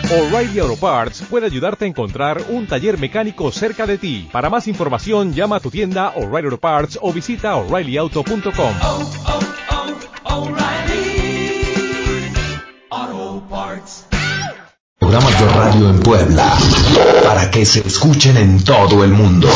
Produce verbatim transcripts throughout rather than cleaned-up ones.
O'Reilly Auto Parts puede ayudarte a encontrar un taller mecánico cerca de ti. Para más información, llama a tu tienda O'Reilly Auto Parts o visita O'Reilly Auto punto com. Oh, oh, oh, O'Reilly Auto Parts. Programas de radio en Puebla, para que se escuchen en todo el mundo.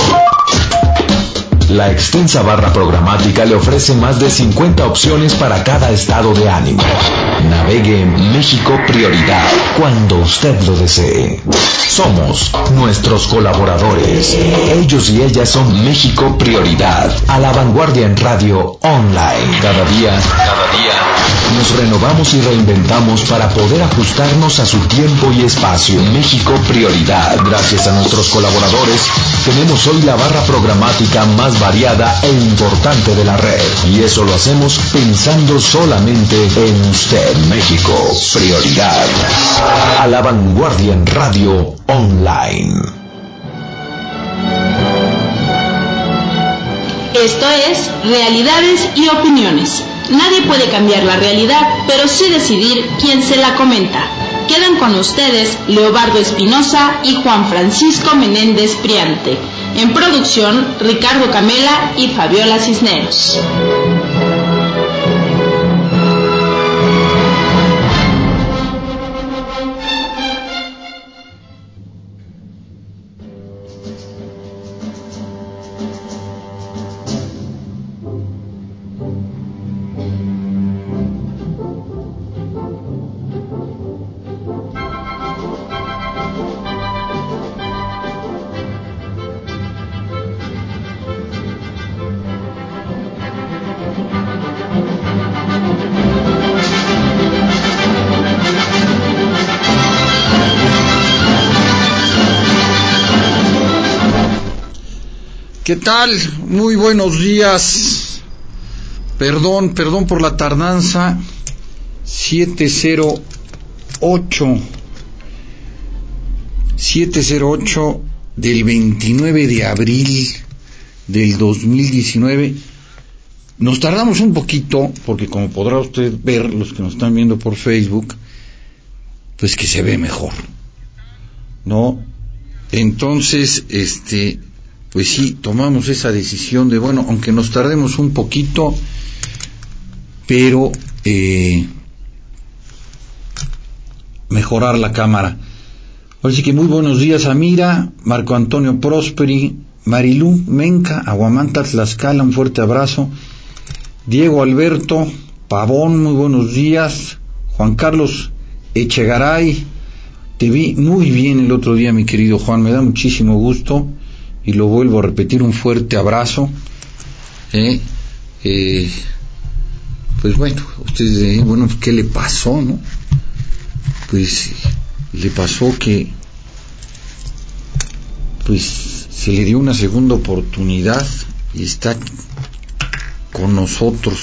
La extensa barra programática le ofrece más de cincuenta opciones para cada estado de ánimo. Navegue en México Prioridad cuando usted lo desee. Somos nuestros colaboradores. Ellos y ellas son México Prioridad, a la vanguardia en radio online. Cada día, cada día, nos renovamos y reinventamos para poder ajustarnos a su tiempo y espacio. México Prioridad. Gracias a nuestros colaboradores, tenemos hoy la barra programática más variada e importante de la red. Y eso lo hacemos pensando solamente en usted. México Prioridad, a la vanguardia en radio online. Esto es Realidades y Opiniones. Nadie puede cambiar la realidad, pero sí decidir quién se la comenta. Quedan con ustedes Leobardo Espinosa y Juan Francisco Menéndez Priante. En producción, Ricardo Camela y Fabiola Cisneros. ¿Qué tal? Muy buenos días. Perdón, perdón por la tardanza. siete cero ocho del veintinueve de abril del dos mil diecinueve. Nos tardamos un poquito porque, como podrá usted ver, los que nos están viendo por Facebook, pues que se ve mejor, ¿no? Entonces, este... pues sí, tomamos esa decisión de, bueno, aunque nos tardemos un poquito, pero eh, mejorar la cámara. Así que muy buenos días a Mira, Marco Antonio Prosperi, Marilú Menca, Aguamanta, Tlaxcala, un fuerte abrazo. Diego Alberto Pavón, muy buenos días. Juan Carlos Echegaray, te vi muy bien el otro día, mi querido Juan, me da muchísimo gusto. Y lo vuelvo a repetir, un fuerte abrazo. Eh, eh, pues bueno, ustedes dicen, bueno, ¿qué le pasó, no? Pues le pasó que, pues se le dio una segunda oportunidad y está con nosotros.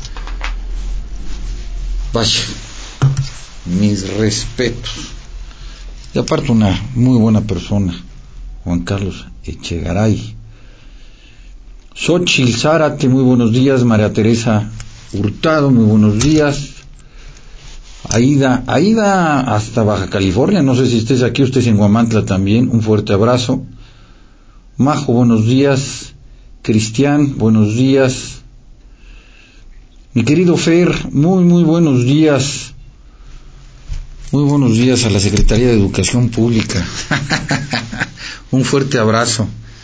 Vaya, mis respetos. Y aparte una muy buena persona, Juan Carlos Echegaray. Xochitl Zárate, muy buenos días. María Teresa Hurtado, muy buenos días. Aida, Aida hasta Baja California, no sé si estés aquí, usted es en Huamantla también, un fuerte abrazo. Majo, buenos días. Cristian, buenos días. Mi querido Fer, muy muy buenos días. Muy buenos días a la Secretaría de Educación Pública. Un fuerte abrazo.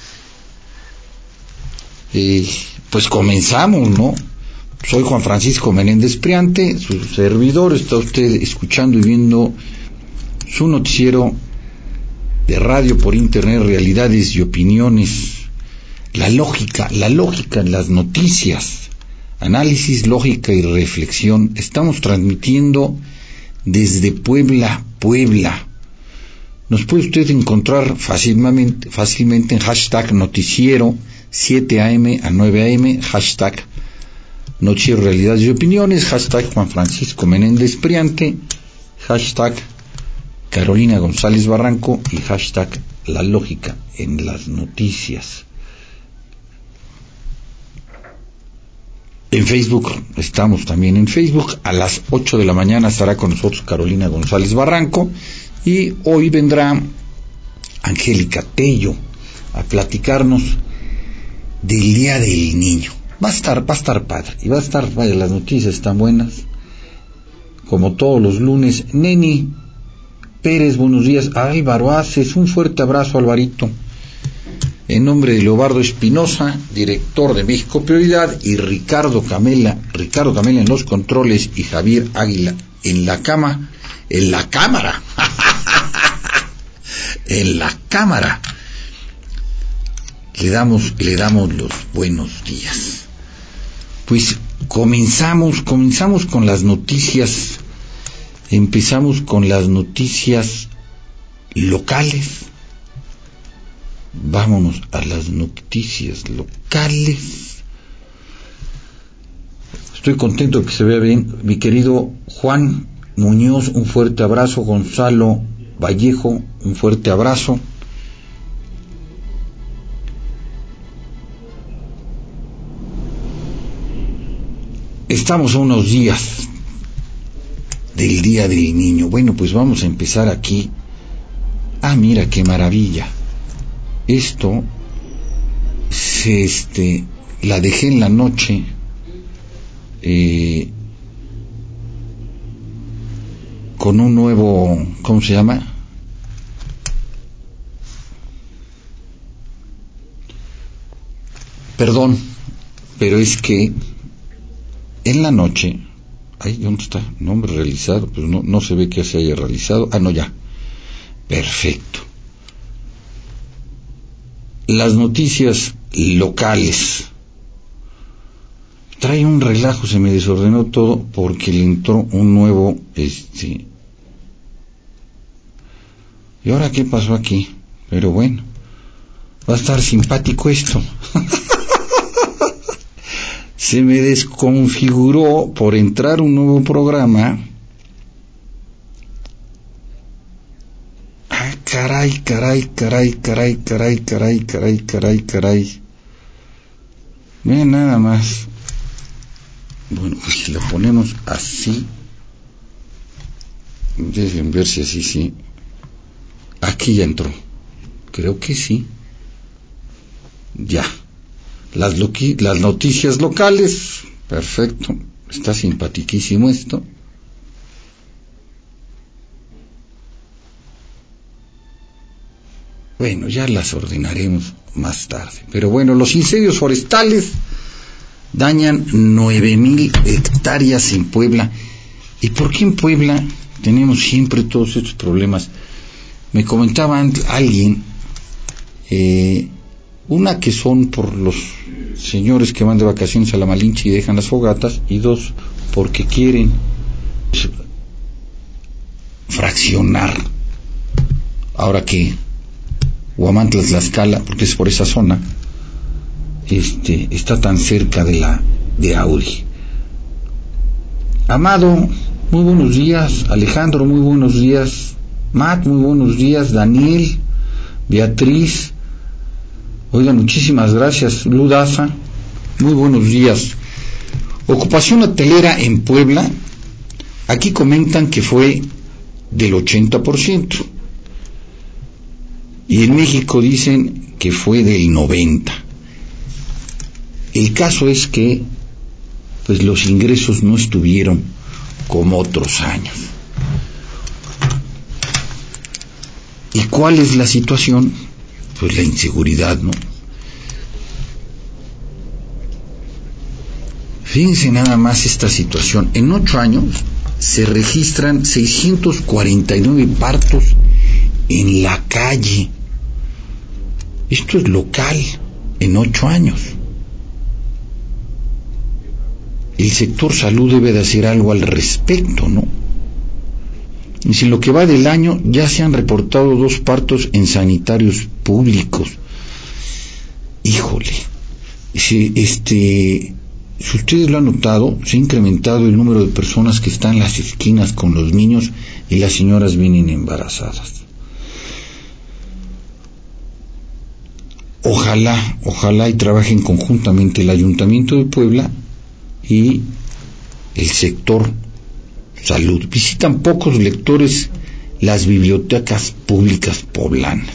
Eh, pues comenzamos, ¿no? Soy Juan Francisco Menéndez Priante, su servidor. Está usted escuchando y viendo su noticiero de radio por internet, Realidades y Opiniones. La lógica, la lógica en las noticias. Análisis, lógica y reflexión. Estamos transmitiendo desde Puebla, Puebla. Nos puede usted encontrar fácilmente, fácilmente en hashtag noticiero siete a eme a nueve a eme, hashtag noticiero Realidades y Opiniones, hashtag Juan Francisco Menéndez Priante, hashtag Carolina González Barranco y hashtag La Lógica en las Noticias. En Facebook, estamos también en Facebook. A las ocho de la mañana estará con nosotros Carolina González Barranco. Y hoy vendrá Angélica Tello a platicarnos del Día del Niño. Va a estar, va a estar padre. Y va a estar, vaya, las noticias están buenas. Como todos los lunes. Neni Pérez, buenos días. Álvaro Aces, un fuerte abrazo, Alvarito. En nombre de Leobardo Espinosa, director de México Prioridad, y Ricardo Camela, Ricardo Camela en los controles, y Javier Águila en la cama, en la cámara, en la cámara, le damos, le damos los buenos días. Pues comenzamos, comenzamos con las noticias, empezamos con las noticias locales. Vámonos a las noticias locales. Estoy contento de que se vea bien. Mi querido Juan Muñoz, un fuerte abrazo. Gonzalo Vallejo, un fuerte abrazo. Estamos a unos días del Día del Niño. Bueno, pues vamos a empezar aquí. Ah, mira qué maravilla. Esto se, este, la dejé en la noche, eh, con un nuevo, ¿cómo se llama? Perdón, pero es que en la noche, ay, ¿dónde está? Nombre realizado, pues no, no se ve que se haya realizado. Ah, no, ya. Perfecto. Las noticias locales. Trae un relajo, se me desordenó todo porque le entró un nuevo, este... ¿Y ahora qué pasó aquí? Pero bueno, va a estar simpático esto. Se me desconfiguró por entrar un nuevo programa. Ah, caray, caray, caray, caray, caray, caray, caray, caray, caray. Miren nada más. Bueno, pues si lo ponemos así, deben ver si así, sí. Aquí ya entró. Creo que sí. Ya. Las, loqui- las noticias locales. Perfecto. Está simpatiquísimo esto. Bueno, ya las ordenaremos más tarde. Pero bueno, los incendios forestales dañan nueve mil hectáreas en Puebla. ¿Y por qué en Puebla tenemos siempre todos estos problemas? Me comentaba alguien, eh, una que son por los señores que van de vacaciones a la Malinche y dejan las fogatas, y dos, porque quieren fraccionar. Ahora que Huamantla, Tlaxcala, porque es por esa zona, este, está tan cerca de la de Audi. Amado, muy buenos días. Alejandro, muy buenos días. Matt, muy buenos días. Daniel, Beatriz, oigan, muchísimas gracias. Ludaza, muy buenos días. Ocupación hotelera en Puebla, aquí comentan que fue del ochenta por ciento. Y en México dicen que fue del noventa por ciento. El caso es que pues los ingresos no estuvieron como otros años. ¿Y cuál es la situación? Pues la inseguridad, ¿no? Fíjense nada más esta situación. En ocho años se registran seiscientos cuarenta y nueve partos en la calle. Esto es local, en ocho años. El sector salud debe de hacer algo al respecto, ¿no? Y si en lo que va del año ya se han reportado dos partos en sanitarios públicos. Híjole, si, este, si ustedes lo han notado, se ha incrementado el número de personas que están en las esquinas con los niños y las señoras vienen embarazadas. Ojalá, ojalá y trabajen conjuntamente el Ayuntamiento de Puebla y el sector salud. Visitan pocos lectores las bibliotecas públicas poblanas.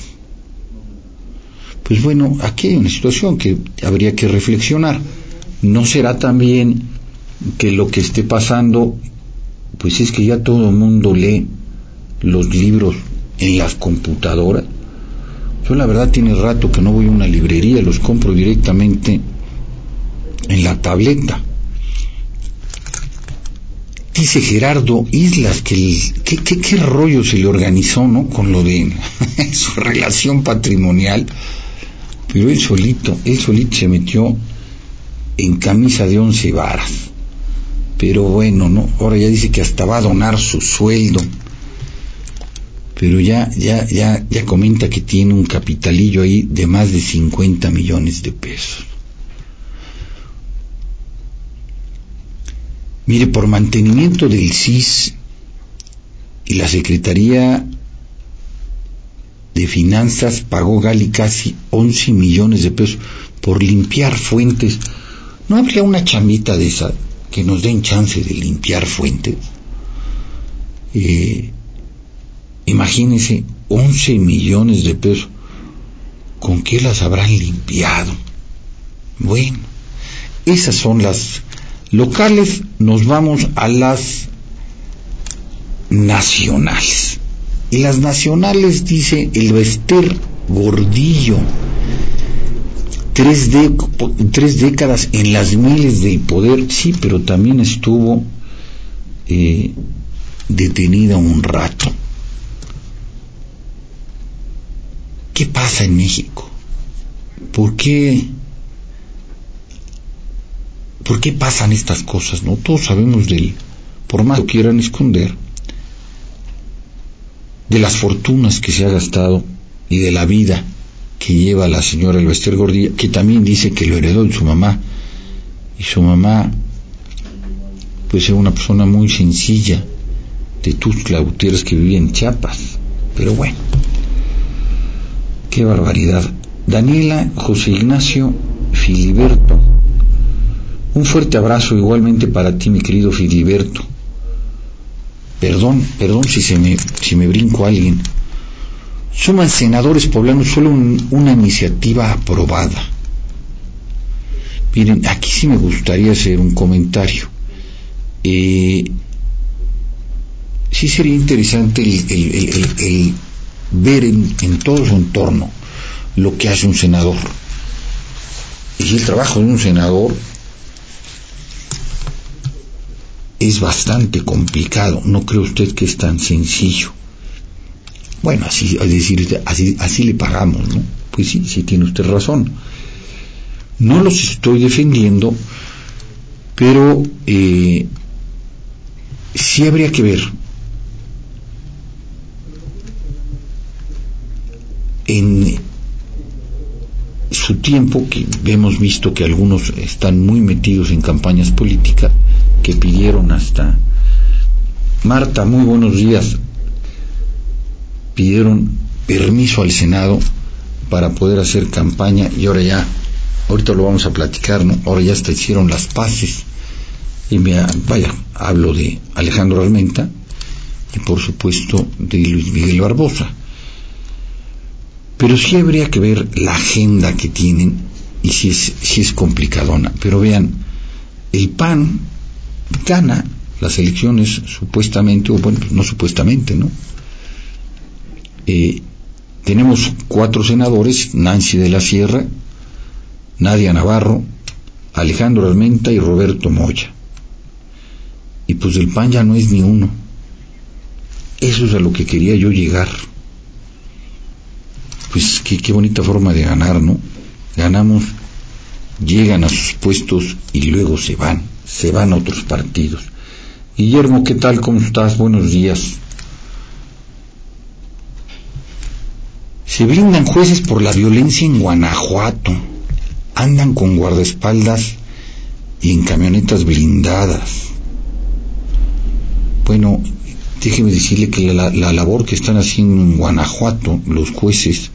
Pues bueno, aquí hay una situación que habría que reflexionar. ¿No será también que lo que esté pasando, pues es que ya todo el mundo lee los libros en las computadoras? Yo la verdad tiene rato que no voy a una librería, los compro directamente en la tableta. Dice Gerardo Islas que el, ¿qué, qué, qué rollo se le organizó, ¿no?, con lo de su relación patrimonial, pero él solito, él solito se metió en camisa de once varas. Pero bueno, ¿no? Ahora ya dice que hasta va a donar su sueldo. Pero ya, ya, ya, ya comenta que tiene un capitalillo ahí de más de cincuenta millones de pesos. Mire, por mantenimiento del C I S y la Secretaría de Finanzas pagó Gali casi once millones de pesos por limpiar fuentes. ¿No habría una chambita de esa que nos den chance de limpiar fuentes? Eh, imagínense, once millones de pesos. ¿Con qué las habrán limpiado? Bueno, esas son las locales. Nos vamos a las nacionales. Y las nacionales, dice el Bester Gordillo, tres, de, tres décadas en las miles del poder. Sí, pero también estuvo eh, detenida un rato. ¿Qué pasa en México? ¿Por qué? ¿Por qué pasan estas cosas? No todos sabemos del, por más que lo quieran esconder, de las fortunas que se ha gastado y de la vida que lleva la señora Elbester Gordillo, que también dice que lo heredó de su mamá, y su mamá pues era una persona muy sencilla de Tuxtla Gutiérrez, que vivía en Chiapas. Pero bueno, qué barbaridad. Daniela, José Ignacio, Filiberto, un fuerte abrazo igualmente para ti, mi querido Filiberto. Perdón, perdón si se me, si me brinco a alguien. Suman senadores poblanos solo un, una iniciativa aprobada. Miren, aquí sí me gustaría hacer un comentario. Eh, sí sería interesante el, el, el, el, el ver en, en todo su entorno lo que hace un senador. Y el trabajo de un senador es bastante complicado. No cree usted que es tan sencillo. Bueno, así, es decir, así, así le pagamos, ¿no? Pues sí, sí tiene usted razón. No los estoy defendiendo, pero eh, sí habría que ver en su tiempo, que hemos visto que algunos están muy metidos en campañas políticas, que pidieron hasta, Marta, muy buenos días, pidieron permiso al Senado para poder hacer campaña, y ahora ya, ahorita lo vamos a platicar, ¿no? Ahora ya hasta hicieron las paces, y me, vaya, hablo de Alejandro Armenta y por supuesto de Luis Miguel Barbosa. Pero sí habría que ver la agenda que tienen, y si es, si es complicadona. Pero vean, el P A N gana las elecciones supuestamente, o bueno, no supuestamente, ¿no? Eh, tenemos cuatro senadores: Nancy de la Sierra, Nadia Navarro, Alejandro Armenta y Roberto Moya. Y pues del P A N ya no es ni uno. Eso es a lo que quería yo llegar. Pues qué, qué bonita forma de ganar, ¿no? Ganamos, llegan a sus puestos y luego se van, se van a otros partidos. Guillermo, ¿qué tal? ¿Cómo estás? Buenos días. Se brindan jueces por la violencia en Guanajuato. Andan con guardaespaldas y en camionetas blindadas. Bueno, déjeme decirle que la, la labor que están haciendo en Guanajuato los jueces,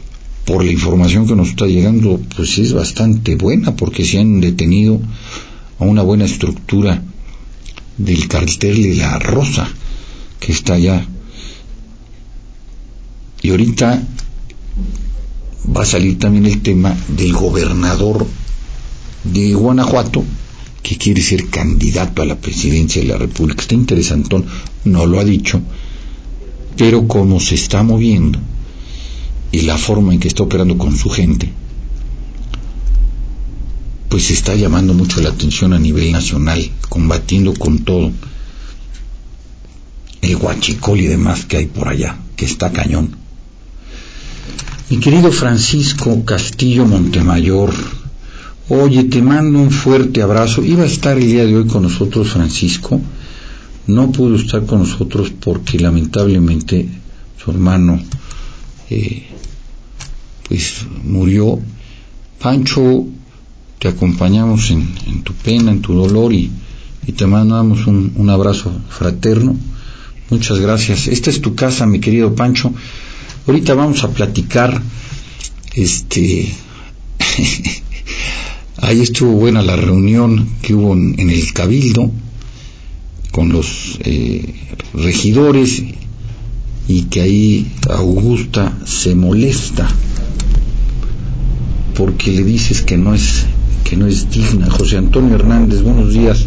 por la información que nos está llegando, pues es bastante buena, porque se han detenido a una buena estructura del cartel de la Rosa que está allá. Y ahorita va a salir también el tema del gobernador de Guanajuato, que quiere ser candidato a la presidencia de la República. Está interesantón, no lo ha dicho, pero como se está moviendo y la forma en que está operando con su gente, pues está llamando mucho la atención a nivel nacional, combatiendo con todo el huachicol y demás que hay por allá, que está cañón. Mi querido Francisco Castillo Montemayor, oye, te mando un fuerte abrazo. Iba a estar el día de hoy con nosotros Francisco, no pudo estar con nosotros porque lamentablemente su hermano eh, pues murió. Pancho, te acompañamos en, en tu pena, en tu dolor, y, y te mandamos un, un abrazo fraterno. Muchas gracias. Esta es tu casa, mi querido Pancho. Ahorita vamos a platicar, este, ahí estuvo buena la reunión que hubo en, en el Cabildo con los eh, regidores, y que ahí Augusta se molesta porque le dices que no es que no es digna. José Antonio Hernández, buenos días.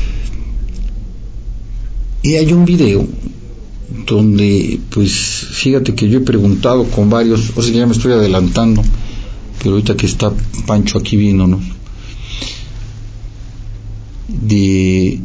Y hay un video donde, pues, fíjate que yo he preguntado con varios, o sea, ya me estoy adelantando, pero ahorita que está Pancho aquí viéndonos, de,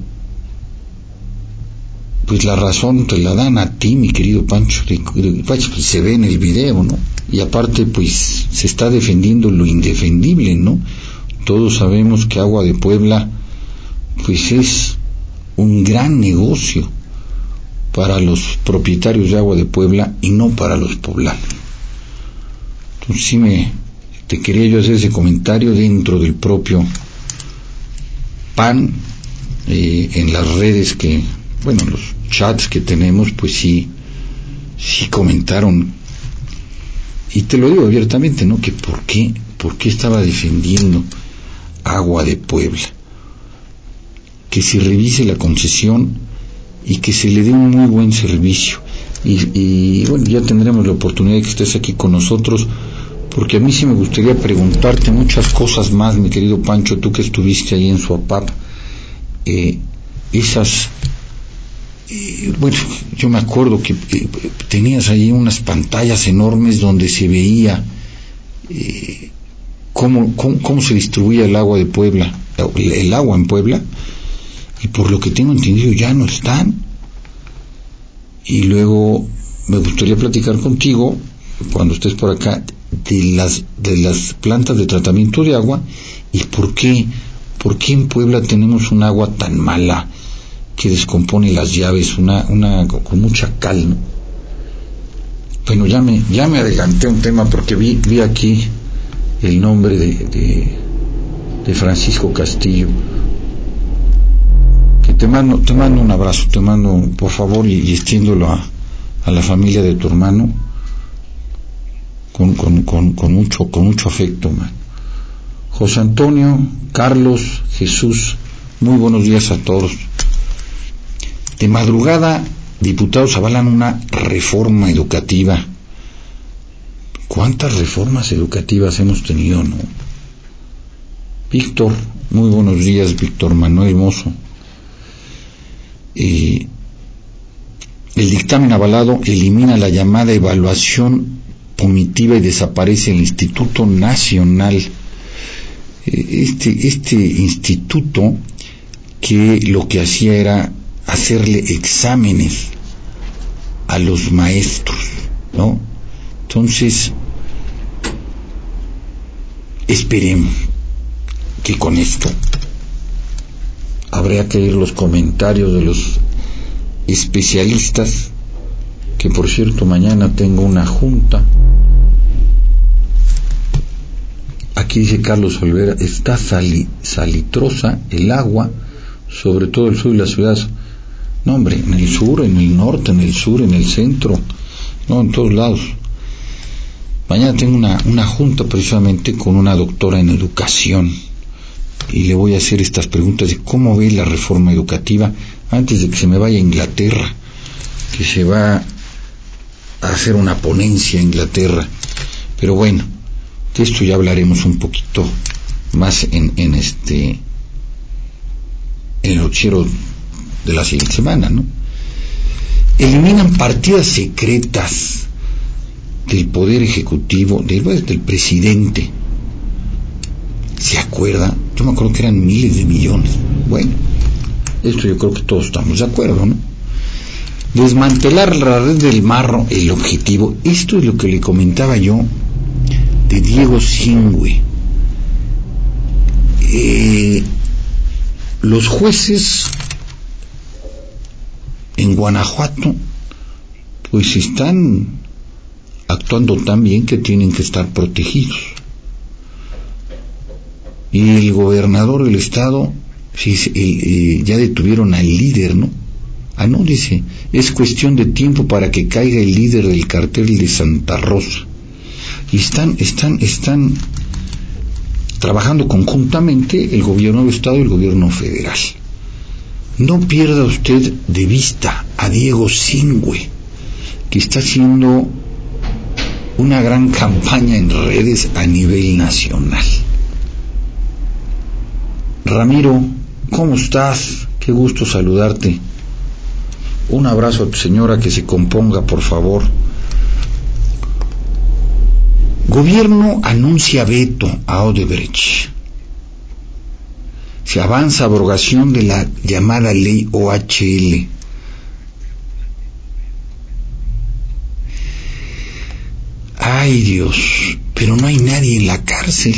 pues la razón te la dan a ti, mi querido Pancho, de, de, pues, se ve en el video, ¿no? Y aparte, pues, se está defendiendo lo indefendible, ¿no? Todos sabemos que Agua de Puebla, pues, es un gran negocio para los propietarios de Agua de Puebla y no para los poblanos. Entonces sí me te quería yo hacer ese comentario dentro del propio P A N, eh, en las redes que, bueno, los chats que tenemos, pues sí, sí comentaron, y te lo digo abiertamente, ¿no? Que por qué, por qué estaba defendiendo Agua de Puebla, que se revise la concesión y que se le dé un muy buen servicio. Y, y bueno, ya tendremos la oportunidad de que estés aquí con nosotros, porque a mí sí me gustaría preguntarte muchas cosas más, mi querido Pancho, tú que estuviste ahí en Suapap. Eh, esas, eh, bueno, yo me acuerdo que eh, tenías ahí unas pantallas enormes donde se veía eh, cómo, cómo, cómo se distribuía el agua de Puebla, el, el agua en Puebla. Y por lo que tengo entendido ya no están. Y luego me gustaría platicar contigo, cuando estés por acá, de las de las plantas de tratamiento de agua, y por qué por qué en Puebla tenemos un agua tan mala que descompone las llaves, una una con mucha cal, ¿no? Bueno, ya me ya me adelanté a un tema porque vi vi aquí el nombre de de, de Francisco Castillo. Te mando, te mando un abrazo, te mando, por favor, y, y extiéndolo a, a la familia de tu hermano con, con, con, con mucho, con mucho afecto, man. José Antonio, Carlos, Jesús, muy buenos días a todos. De madrugada, diputados avalan una reforma educativa. ¿Cuántas reformas educativas hemos tenido, no? Víctor, muy buenos días, Víctor Manuel Mozo. Eh, el dictamen avalado elimina la llamada evaluación punitiva y desaparece el Instituto Nacional, eh, este, este instituto que lo que hacía era hacerle exámenes a los maestros, ¿no? Entonces, esperemos que con esto habría que ir los comentarios de los especialistas, que por cierto mañana tengo una junta. Aquí dice Carlos Olvera, está sali, salitrosa el agua, sobre todo el sur de la ciudad. No, hombre, en el sur, en el norte, en el sur, en el centro, no, en todos lados. Mañana tengo una, una junta precisamente con una doctora en educación, y le voy a hacer estas preguntas de cómo ve la reforma educativa antes de que se me vaya a Inglaterra, que se va a hacer una ponencia a Inglaterra. Pero bueno, de esto ya hablaremos un poquito más en, en este en el noticiero de la siguiente semana, ¿no? Eliminan partidas secretas del Poder Ejecutivo, del, del presidente. ¿Se acuerda? Yo me acuerdo que eran miles de millones. Bueno, esto yo creo que todos estamos de acuerdo, ¿no? Desmantelar la red del marro, el objetivo. Esto es lo que le comentaba yo de Diego Singüe. Eh, los jueces en Guanajuato pues están actuando tan bien que tienen que estar protegidos. Y el gobernador del estado, sí, eh, eh, ya detuvieron al líder, ¿no? Ah, no, dice, es cuestión de tiempo para que caiga el líder del cartel de Santa Rosa. Y están, están, están trabajando conjuntamente el gobierno del estado y el gobierno federal. No pierda usted de vista a Diego Singüe, que está haciendo una gran campaña en redes a nivel nacional. Ramiro, ¿cómo estás? Qué gusto saludarte. Un abrazo a tu señora, que se componga, por favor. Gobierno anuncia veto a Odebrecht. Se avanza abrogación de la llamada ley O H L. Ay, Dios, pero no hay nadie en la cárcel.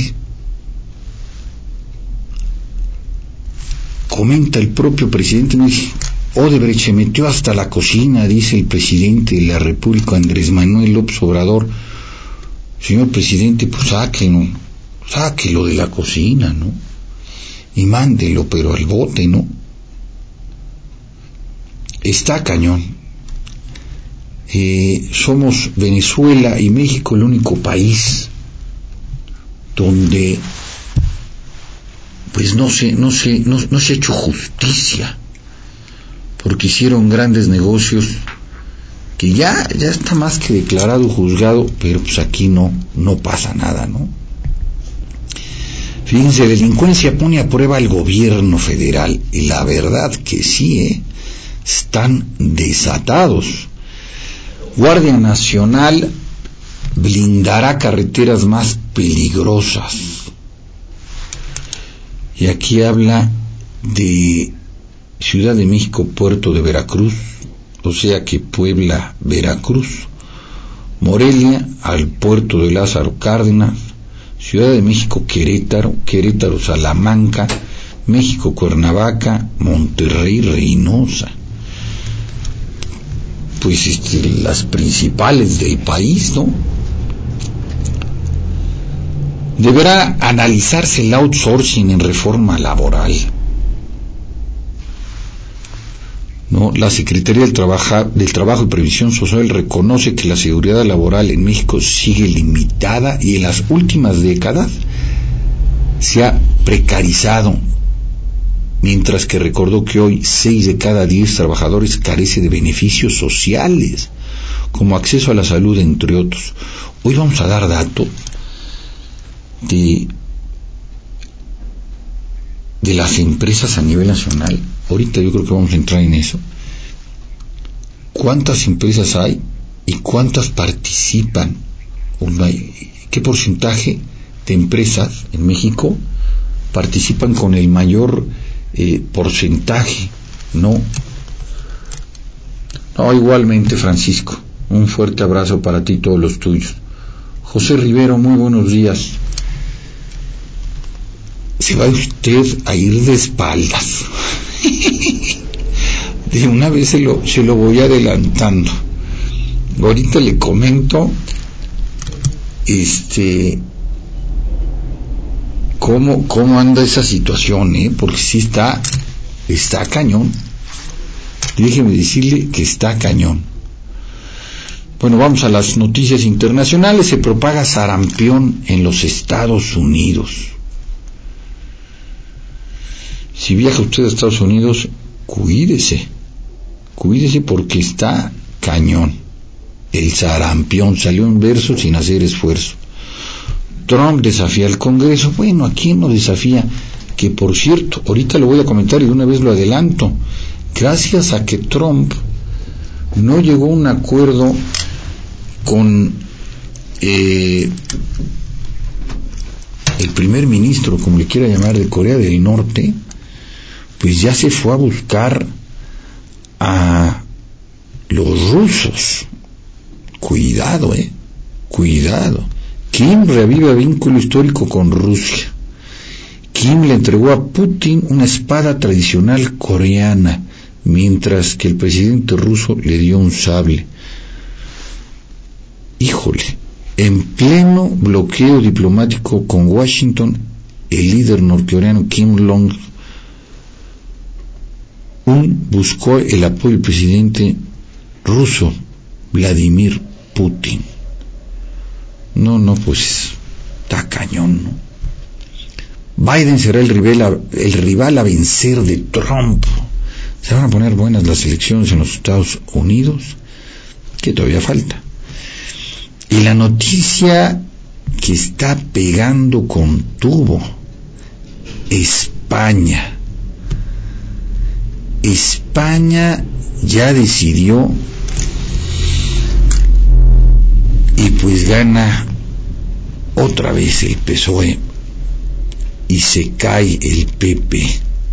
Comenta el propio presidente, Odebrecht se metió hasta la cocina, dice el presidente de la República, Andrés Manuel López Obrador. Señor presidente, pues sáquelo, sáquelo de la cocina, ¿no? Y mándelo, pero al bote, ¿no? Está cañón. Eh, somos Venezuela y México el único país donde pues no se, no se, no, no se ha hecho justicia, porque hicieron grandes negocios que ya, ya está más que declarado, juzgado, pero pues aquí no, no pasa nada, ¿no? Fíjense, delincuencia pone a prueba al gobierno federal, y la verdad que sí, ¿eh? Están desatados. Guardia Nacional blindará carreteras más peligrosas. Y aquí habla de Ciudad de México, Puerto de Veracruz, o sea que Puebla, Veracruz, Morelia al puerto de Lázaro Cárdenas, Ciudad de México, Querétaro, Querétaro, Salamanca, México, Cuernavaca, Monterrey, Reynosa. Pues este, las principales del país, ¿no? Deberá analizarse el outsourcing en reforma laboral. ¿No? La Secretaría del Trabajo, del Trabajo y Previsión Social reconoce que la seguridad laboral en México sigue limitada y en las últimas décadas se ha precarizado, mientras que recordó que hoy seis de cada diez trabajadores carece de beneficios sociales, como acceso a la salud, entre otros. Hoy vamos a dar datos de, de las empresas a nivel nacional. Ahorita yo creo que vamos a entrar en eso. ¿Cuántas empresas hay y cuántas participan? ¿Qué porcentaje de empresas en México participan con el mayor eh, porcentaje? No. No, igualmente, Francisco. Un fuerte abrazo para ti y todos los tuyos. José Rivero, muy buenos días. Se va usted a ir de espaldas. De una vez se lo, se lo voy adelantando. Ahorita le comento este cómo, cómo anda esa situación, ¿eh? Porque sí está, está cañón. Déjeme decirle que está cañón. Bueno, vamos a las noticias internacionales. Se propaga sarampión en los Estados Unidos. si viaja usted a Estados Unidos, cuídese, cuídese porque está cañón. El sarampión salió en verso sin hacer esfuerzo. Trump desafía al Congreso. Bueno, ¿a quién no desafía? Que por cierto, ahorita lo voy a comentar y de una vez lo adelanto. Gracias a que Trump no llegó a un acuerdo con eh, el primer ministro, como le quiera llamar, de Corea del Norte, pues ya se fue a buscar a los rusos. Cuidado, eh, cuidado. Kim reaviva vínculo histórico con Rusia. Kim le entregó a Putin una espada tradicional coreana, mientras que el presidente ruso le dio un sable. Híjole, en pleno bloqueo diplomático con Washington, el líder norcoreano Kim Jong-un buscó el apoyo del presidente ruso Vladimir Putin. No, no, pues está cañón, ¿no? Biden será el rival, a, el rival a vencer de Trump. Se van a poner buenas las elecciones en los Estados Unidos, que todavía falta. Y la noticia que está pegando con tubo, España. España ya decidió y pues gana otra vez el P S O E y se cae el P P,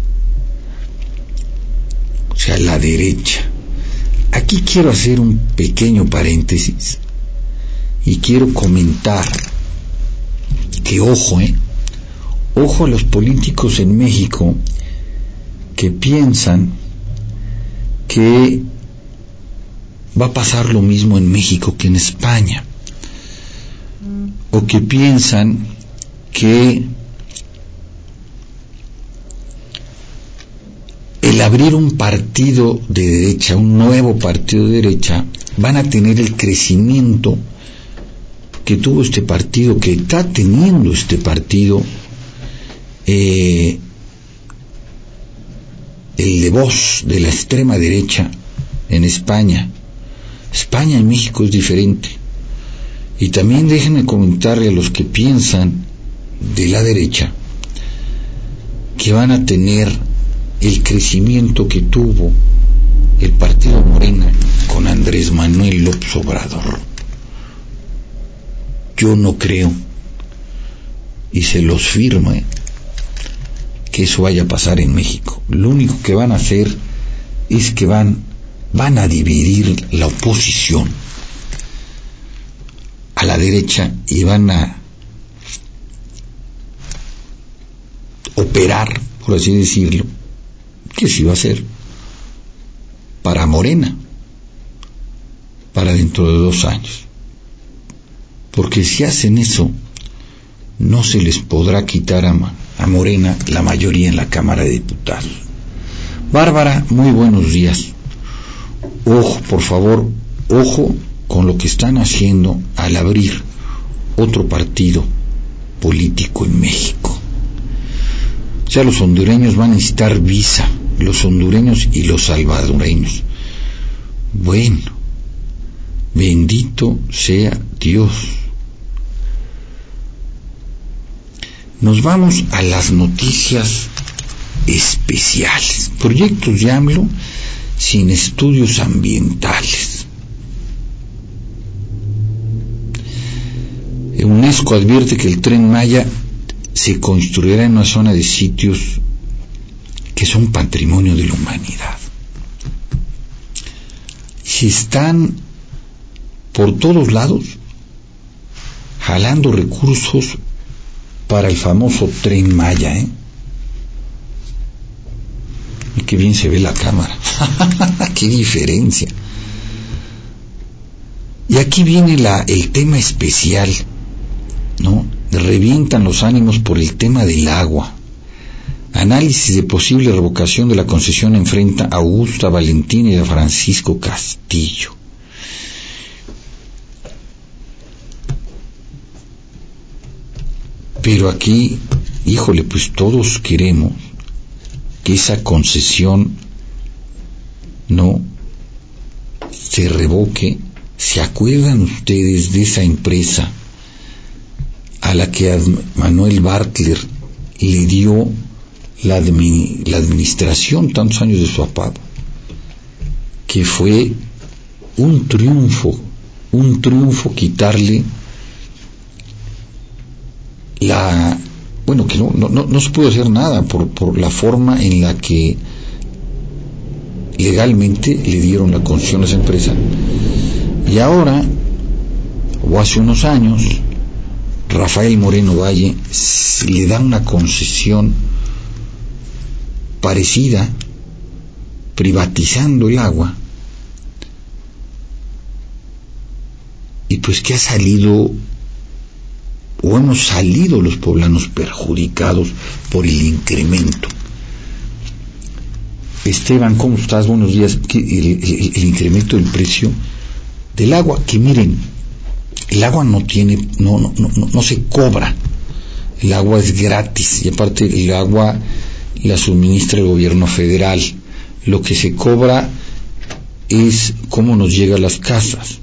o sea, la derecha. Aquí quiero hacer un pequeño paréntesis y quiero comentar que ojo, eh, ojo a los políticos en México que piensan que va a pasar lo mismo en México que en España, o que piensan que el abrir un partido de derecha, un nuevo partido de derecha, van a tener el crecimiento que tuvo este partido, que está teniendo este partido, eh, el de Vox, de la extrema derecha en España. España y México es diferente. Y también déjenme comentarle a los que piensan de la derecha que van a tener el crecimiento que tuvo el partido Morena con Andrés Manuel López Obrador. Yo no creo, y se los firmo, ¿eh?, que eso vaya a pasar en México. Lo único que van a hacer es que van, van a dividir la oposición a la derecha y van a operar, por así decirlo, que sí va a ser para Morena para dentro de dos años, porque si hacen eso no se les podrá quitar a, a Morena la mayoría en la Cámara de Diputados. Bárbara, muy buenos días. Ojo, por favor, ojo con lo que están haciendo al abrir otro partido político en México. O sea, los hondureños van a necesitar visa, los hondureños y los salvadoreños. Bueno, bendito sea Dios. Nos vamos a las noticias especiales. Proyectos de AMLO sin estudios ambientales. UNESCO advierte que el Tren Maya se construirá en una zona de sitios que son patrimonio de la humanidad. Se están por todos lados jalando recursos para el famoso Tren Maya, ¿eh? Y qué bien se ve la cámara. Qué diferencia. Y aquí viene la, el tema especial, ¿no? Revientan los ánimos por el tema del agua. Análisis de posible revocación de la concesión enfrenta a Augusta Valentín y a Francisco Castillo. Pero aquí, híjole, pues todos queremos que esa concesión no se revoque. ¿Se acuerdan ustedes de esa empresa a la que Manuel Bartlett le dio la, admi- la administración tantos años de su papá? Que fue un triunfo, un triunfo quitarle la... Bueno, que no, no, no se pudo hacer nada por, por la forma en la que legalmente le dieron la concesión a esa empresa. Y ahora, o hace unos años, Rafael Moreno Valle le da una concesión parecida, privatizando el agua, y pues que ha salido, o hemos salido los poblanos perjudicados por el incremento. Esteban, ¿cómo estás? Buenos días. El, el, el incremento del precio del agua, que miren, el agua no tiene, no, no, no, no se cobra, el agua es gratis, y aparte el agua la suministra el gobierno federal. Lo que se cobra es cómo nos llega a las casas,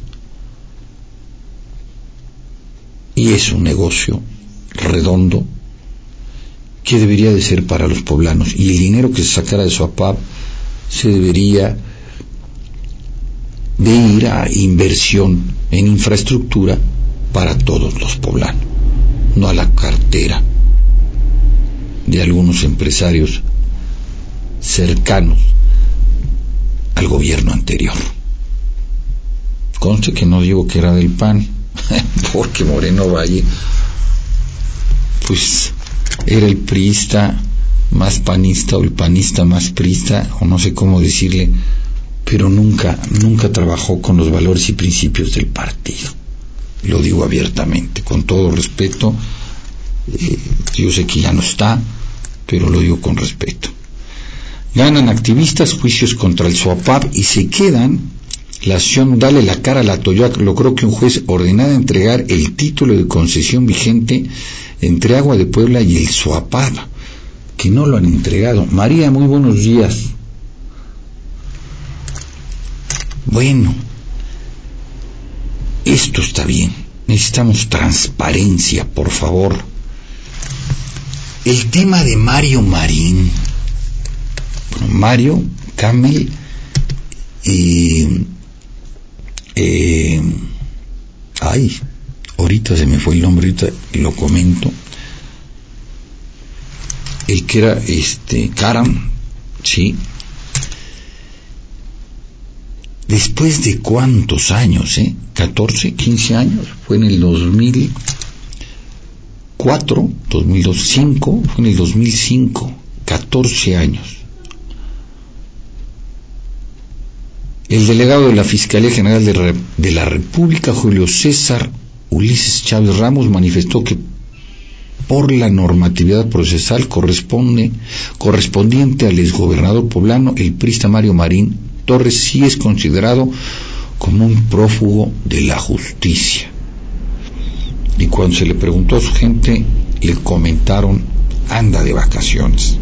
y es un negocio redondo que debería de ser para los poblanos, y el dinero que se sacara de su A P A P se debería de ir a inversión en infraestructura para todos los poblanos, no a la cartera de algunos empresarios cercanos al gobierno anterior. Conste que no digo que era del P A N, porque Moreno Valle pues era el priista más panista, o el panista más priista, o no sé cómo decirle, pero nunca, nunca trabajó con los valores y principios del partido. Lo digo abiertamente, con todo respeto. Eh, yo sé que ya no está, pero lo digo con respeto. Ganan activistas juicios contra el SOAPAP y se quedan la acción Dale la cara a la Toyac. Logró que un juez ordenara entregar el título de concesión vigente entre Agua de Puebla y el SOAPAP, que no lo han entregado. María, muy buenos días. Bueno, esto está bien. Necesitamos transparencia, por favor. El tema de Mario Marín. Bueno, Mario Camel eh, eh, ay, ahorita se me fue el nombre, ahorita lo comento. El que era este Karam, sí. Después de cuántos años, eh, catorce, quince años, fue en el dos mil cuatro, dos mil cinco, fue en el dos mil cinco, catorce años. El delegado de la Fiscalía General de, Re- de la República, Julio César Ulises Chávez Ramos, manifestó que por la normatividad procesal corresponde, correspondiente al exgobernador poblano, el priista Mario Marín Torres, sí es considerado como un prófugo de la justicia. Y cuando se le preguntó a su gente, le comentaron: anda de vacaciones.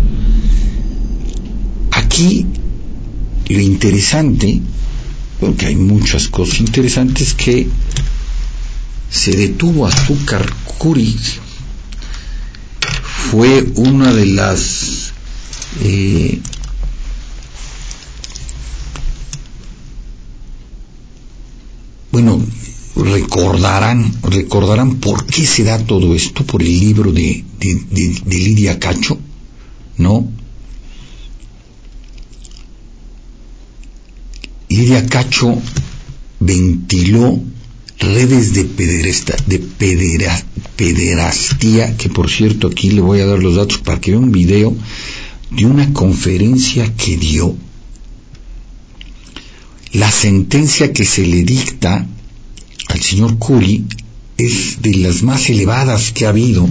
Aquí lo interesante, porque hay muchas cosas interesantes, que se detuvo Azúcar Curi. Fue una de las eh, bueno, recordarán recordarán por qué se da todo esto, por el libro de, de, de, de Lidia Cacho, ¿no? Lidia Cacho ventiló redes de pederasta, de pedera, pederastía, que por cierto aquí le voy a dar los datos para que vea un video de una conferencia que dio. La sentencia que se le dicta al señor Curi es de las más elevadas que ha habido,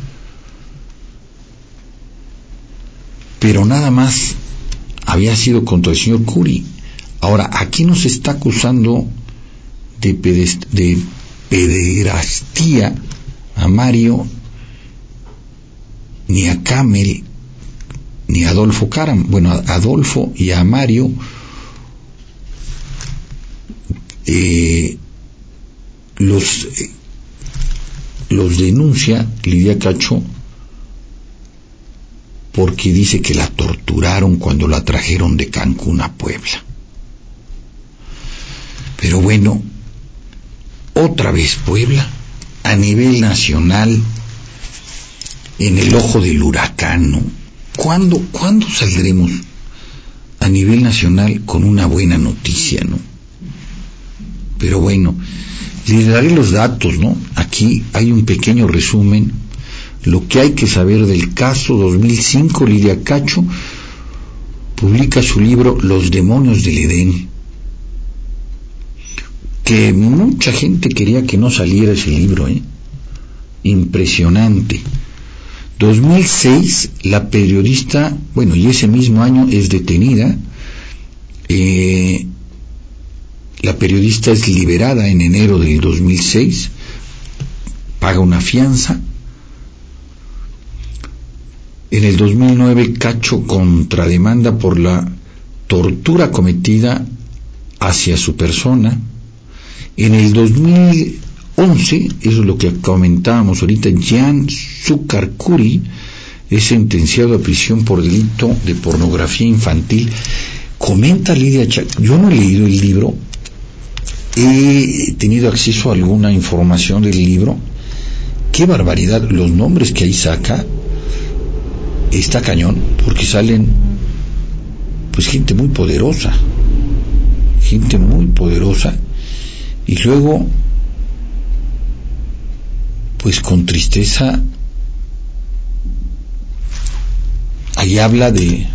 pero nada más había sido contra el señor Curi. Ahora, aquí no se está acusando de, pedest- de pederastía a Mario, ni a Camel, ni a Adolfo Caram. Bueno, a Adolfo y a Mario eh, los eh, los denuncia Lidia Cacho porque dice que la torturaron cuando la trajeron de Cancún a Puebla. Pero bueno, otra vez Puebla, a nivel nacional, en el ojo del huracán, ¿no? ¿Cuándo, ¿Cuándo saldremos a nivel nacional con una buena noticia, no? Pero bueno, les daré los datos, ¿no? Aquí hay un pequeño resumen. Lo que hay que saber del caso dos mil cinco, Lidia Cacho publica su libro Los demonios del Edén, que mucha gente quería que no saliera ese libro, ¿eh? Impresionante. dos mil seis, la periodista, bueno, y ese mismo año es detenida, eh, la periodista es liberada en enero del dos mil seis, paga una fianza. En el dos mil nueve, Cacho contrademanda por la tortura cometida hacia su persona. En el dos mil once, eso es lo que comentábamos ahorita, Jan Sucarcuri es sentenciado a prisión por delito de pornografía infantil. Comenta Lidia Cacho, yo no he leído el libro, he tenido acceso a alguna información del libro. Qué barbaridad, los nombres que ahí saca, está cañón, porque salen pues gente muy poderosa, gente muy poderosa, y luego pues con tristeza ahí habla de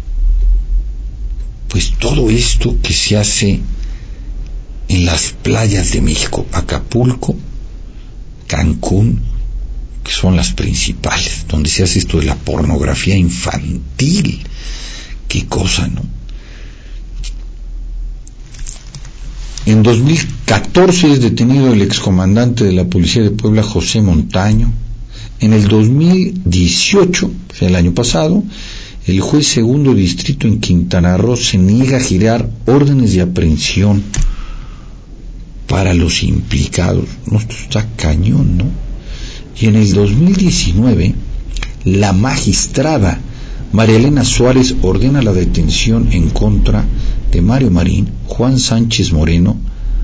pues todo esto que se hace en las playas de México, Acapulco, Cancún, que son las principales, donde se hace esto de la pornografía infantil. Qué cosa, ¿no? En dos mil catorce es detenido el excomandante de la policía de Puebla, José Montaño. En el dos mil dieciocho, o sea, el año pasado, el juez segundo distrito en Quintana Roo se niega a girar órdenes de aprehensión para los implicados. No, esto está cañón, ¿no? Y en el dos mil diecinueve, la magistrada María Elena Suárez ordena la detención en contra de Mario Marín, Juan Sánchez Moreno,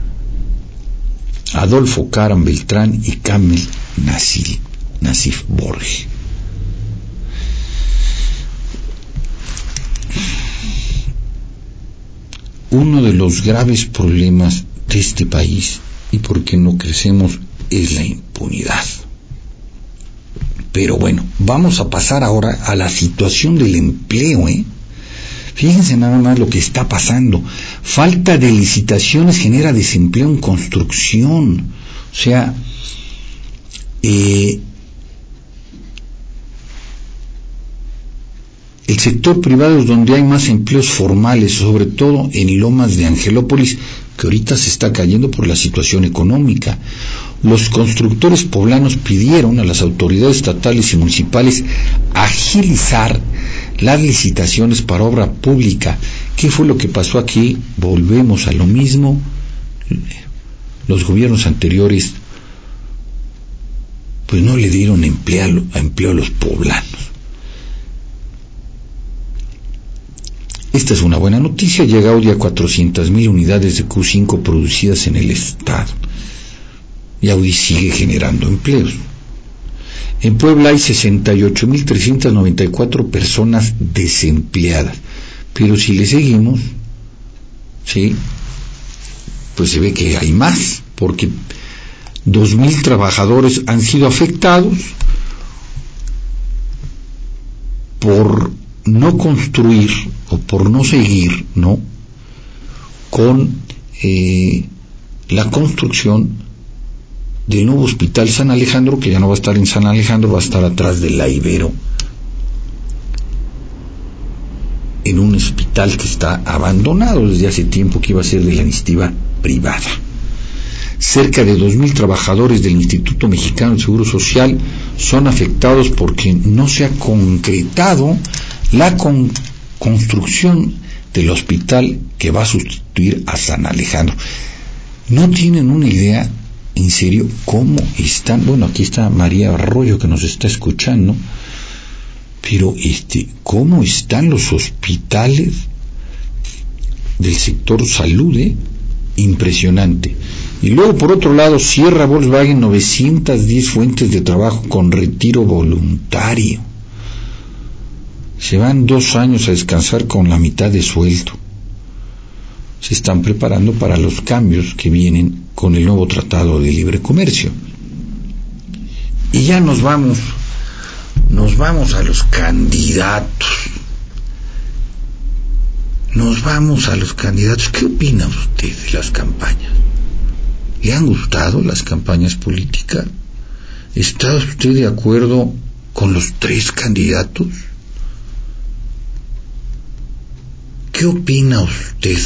Adolfo Caram Beltrán y Camel Nasif, Nasif Borges. Uno de los graves problemas de este país, y por qué no crecemos, es la impunidad. Pero bueno, vamos a pasar ahora a la situación del empleo, ¿eh? Fíjense nada más lo que está pasando. Falta de licitaciones genera desempleo en construcción. O sea, eh, el sector privado es donde hay más empleos formales, sobre todo en Lomas de Angelópolis, que ahorita se está cayendo por la situación económica. Los constructores poblanos pidieron a las autoridades estatales y municipales agilizar las licitaciones para obra pública. ¿Qué fue lo que pasó aquí? Volvemos a lo mismo. Los gobiernos anteriores pues no le dieron empleo a, empleo a los poblanos. Esta es una buena noticia. Llega Audi a cuatrocientas mil unidades de Q cinco producidas en el estado. Y Audi sigue generando empleos. En Puebla hay sesenta y ocho mil trescientas noventa y cuatro personas desempleadas. Pero si le seguimos, sí, pues se ve que hay más, porque dos mil trabajadores han sido afectados por no construir o por no seguir, ¿no?, con eh, la construcción del nuevo hospital San Alejandro, que ya no va a estar en San Alejandro, va a estar atrás de la Ibero, en un hospital que está abandonado desde hace tiempo, que iba a ser de la iniciativa privada. Cerca de dos mil trabajadores del Instituto Mexicano del Seguro Social son afectados porque no se ha concretado la con- construcción del hospital que va a sustituir a San Alejandro. No tienen una idea, en serio, cómo están. Bueno, aquí está María Arroyo que nos está escuchando, pero este, cómo están los hospitales del sector salud, ¿eh? Impresionante. Y luego, por otro lado, cierra Volkswagen novecientas diez fuentes de trabajo con retiro voluntario. Se van dos años a descansar con la mitad de sueldo. Se están preparando para los cambios que vienen con el nuevo Tratado de Libre Comercio. Y ya nos vamos, nos vamos a los candidatos. Nos vamos a los candidatos. ¿Qué opina usted de las campañas? ¿Le han gustado las campañas políticas? ¿Está usted de acuerdo con los tres candidatos? ¿Qué opina usted?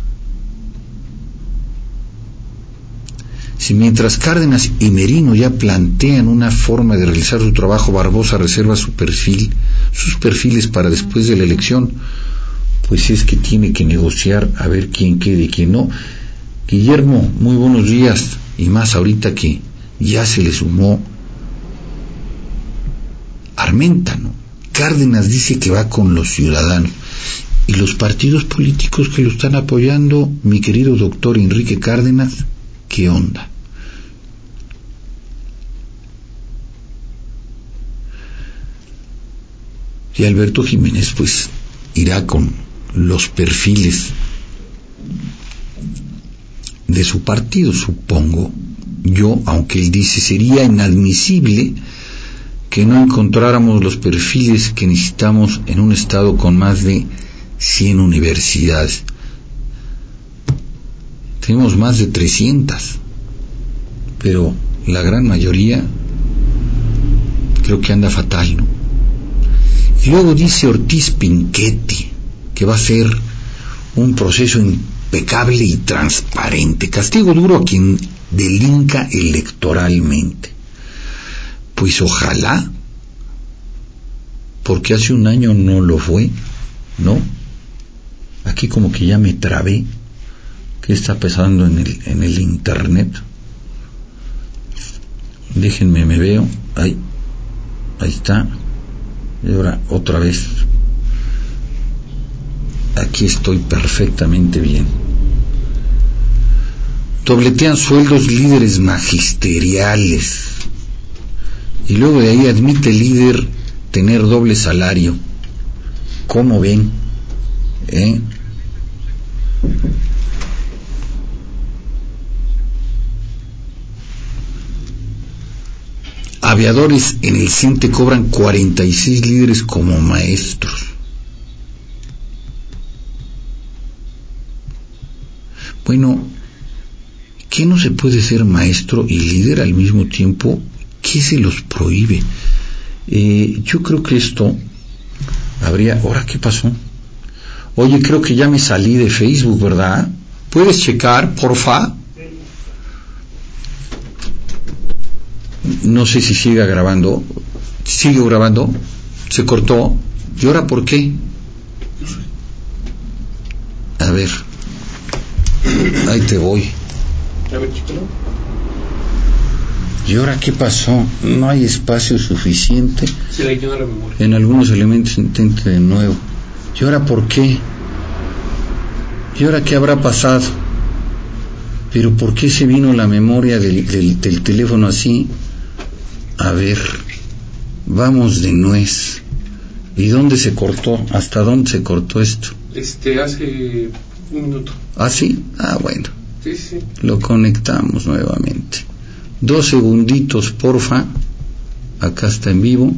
Si mientras Cárdenas y Merino ya plantean una forma de realizar su trabajo, Barbosa reserva su perfil, sus perfiles para después de la elección, pues es que tiene que negociar a ver quién quede y quién no. Guillermo, muy buenos días, y más ahorita que ya se le sumó Armenta, ¿no? Cárdenas dice que va con los ciudadanos. Y los partidos políticos que lo están apoyando, mi querido doctor Enrique Cárdenas, ¿qué onda? Y Alberto Jiménez, pues, irá con los perfiles de su partido, supongo yo, aunque él dice sería inadmisible que no encontráramos los perfiles que necesitamos en un estado con más de cien universidades. Tenemos más de trescientas, pero la gran mayoría creo que anda fatal, ¿no? Y luego dice Ortiz Pinchetti que va a ser un proceso impecable y transparente, castigo duro a quien delinca electoralmente. Pues ojalá, porque hace un año no lo fue, ¿no? Aquí como que ya me trabé. ¿Qué está pasando en el, en el internet? Déjenme, me veo. Ahí, ahí está. Y ahora otra vez. Aquí estoy perfectamente bien. Dobletean sueldos líderes magisteriales. Y luego de ahí admite el líder tener doble salario. ¿Cómo ven? ¿Eh? Aviadores en el CENTE cobran cuarenta y seis líderes como maestros. Bueno, ¿qué no se puede ser maestro y líder al mismo tiempo? ¿Qué se los prohíbe? Eh, yo creo que esto habría... ¿Ahora qué pasó? Oye, creo que ya me salí de Facebook, ¿verdad? ¿Puedes checar, porfa? No sé si siga grabando. ¿Sigue grabando? ¿Se cortó? ¿Y ahora por qué? A ver. Ahí te voy. A ver, chico. ¿Y ahora qué pasó? No hay espacio suficiente. Se le llena la memoria. En algunos elementos intente de nuevo. ¿Y ahora por qué? ¿Y ahora qué habrá pasado? ¿Pero por qué se vino la memoria del, del, del teléfono así? A ver, vamos de nuez. ¿Y dónde se cortó? ¿Hasta dónde se cortó esto? Este, hace un minuto. ¿Ah, sí? Ah, bueno. Sí, sí. Lo conectamos nuevamente. Dos segunditos, porfa. Acá está en vivo.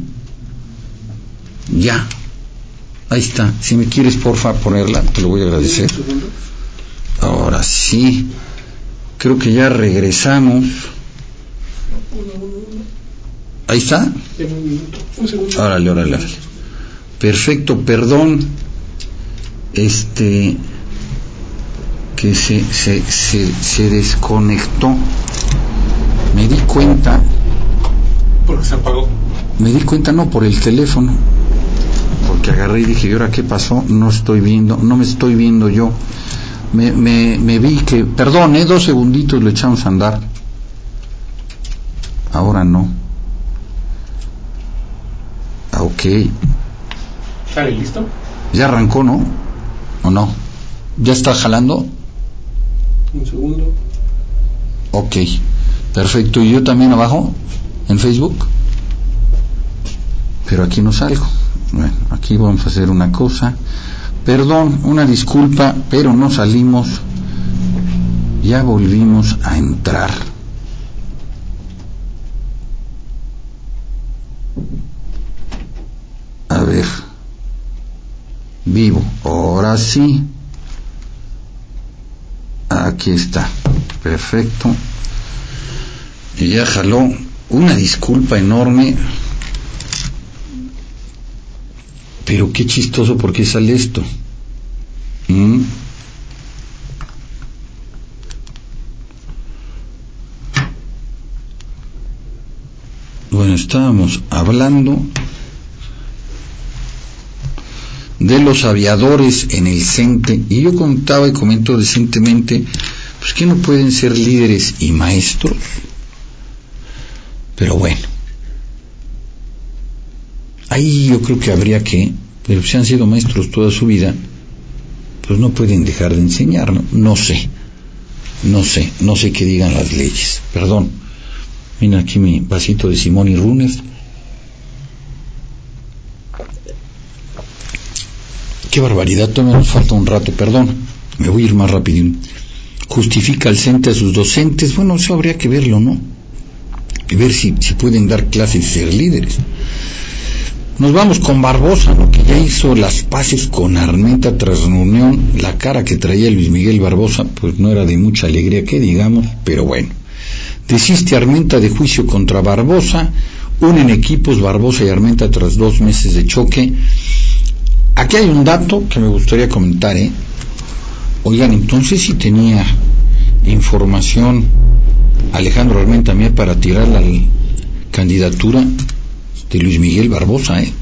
Ya. Ahí está. Si me quieres, porfa, ponerla, te lo voy a agradecer. Ahora sí. Creo que ya regresamos. Ahí está. En un minuto. Un segundo. Órale, órale, órale. Perfecto, perdón. Este... que se, se, se, se desconectó. Me di cuenta... Porque se apagó. Me di cuenta, no, por el teléfono. Por porque agarré y dije, ¿y ahora qué pasó? No estoy viendo, no me estoy viendo yo. Me, me, me vi que, perdón, eh, dos segunditos lo echamos a andar. Ahora no. Ah, ok. ¿Sale listo? Ya arrancó, ¿no? ¿O no? ¿Ya está jalando? Un segundo. Ok, perfecto. ¿Y yo también abajo? ¿En Facebook? Pero aquí no salgo. Bueno, aquí vamos a hacer una cosa. Perdón, una disculpa, pero no salimos. Ya volvimos a entrar. A ver. Vivo. Ahora sí. Aquí está. Perfecto. Y ya jaló. Una disculpa enorme. Pero qué chistoso, ¿por qué sale esto? ¿Mm? Bueno, estábamos hablando de los aviadores en el CENTE, y yo contaba y comento recientemente, pues que no pueden ser líderes y maestros. Pero bueno, ahí yo creo que habría que, pero si han sido maestros toda su vida, pues no pueden dejar de enseñar, ¿no? No sé, no sé, no sé qué digan las leyes. Perdón, mira aquí mi vasito de Simón y Runes. Qué barbaridad, todavía nos falta un rato, perdón, me voy a ir más rápido. Justifica el CENTE a sus docentes. Bueno, eso habría que verlo, ¿no? Y ver si, si pueden dar clases y ser líderes. Nos vamos con Barbosa, ¿no? Que ya hizo las paces con Armenta tras reunión. La cara que traía Luis Miguel Barbosa pues no era de mucha alegría que digamos, pero bueno. Desiste Armenta de juicio contra Barbosa, unen equipos Barbosa y Armenta tras dos meses de choque. Aquí hay un dato que me gustaría comentar, ¿eh? Oigan, entonces si tenía información Alejandro Armenta Mier para tirar la candidatura de Luis Miguel Barbosa, ¿eh?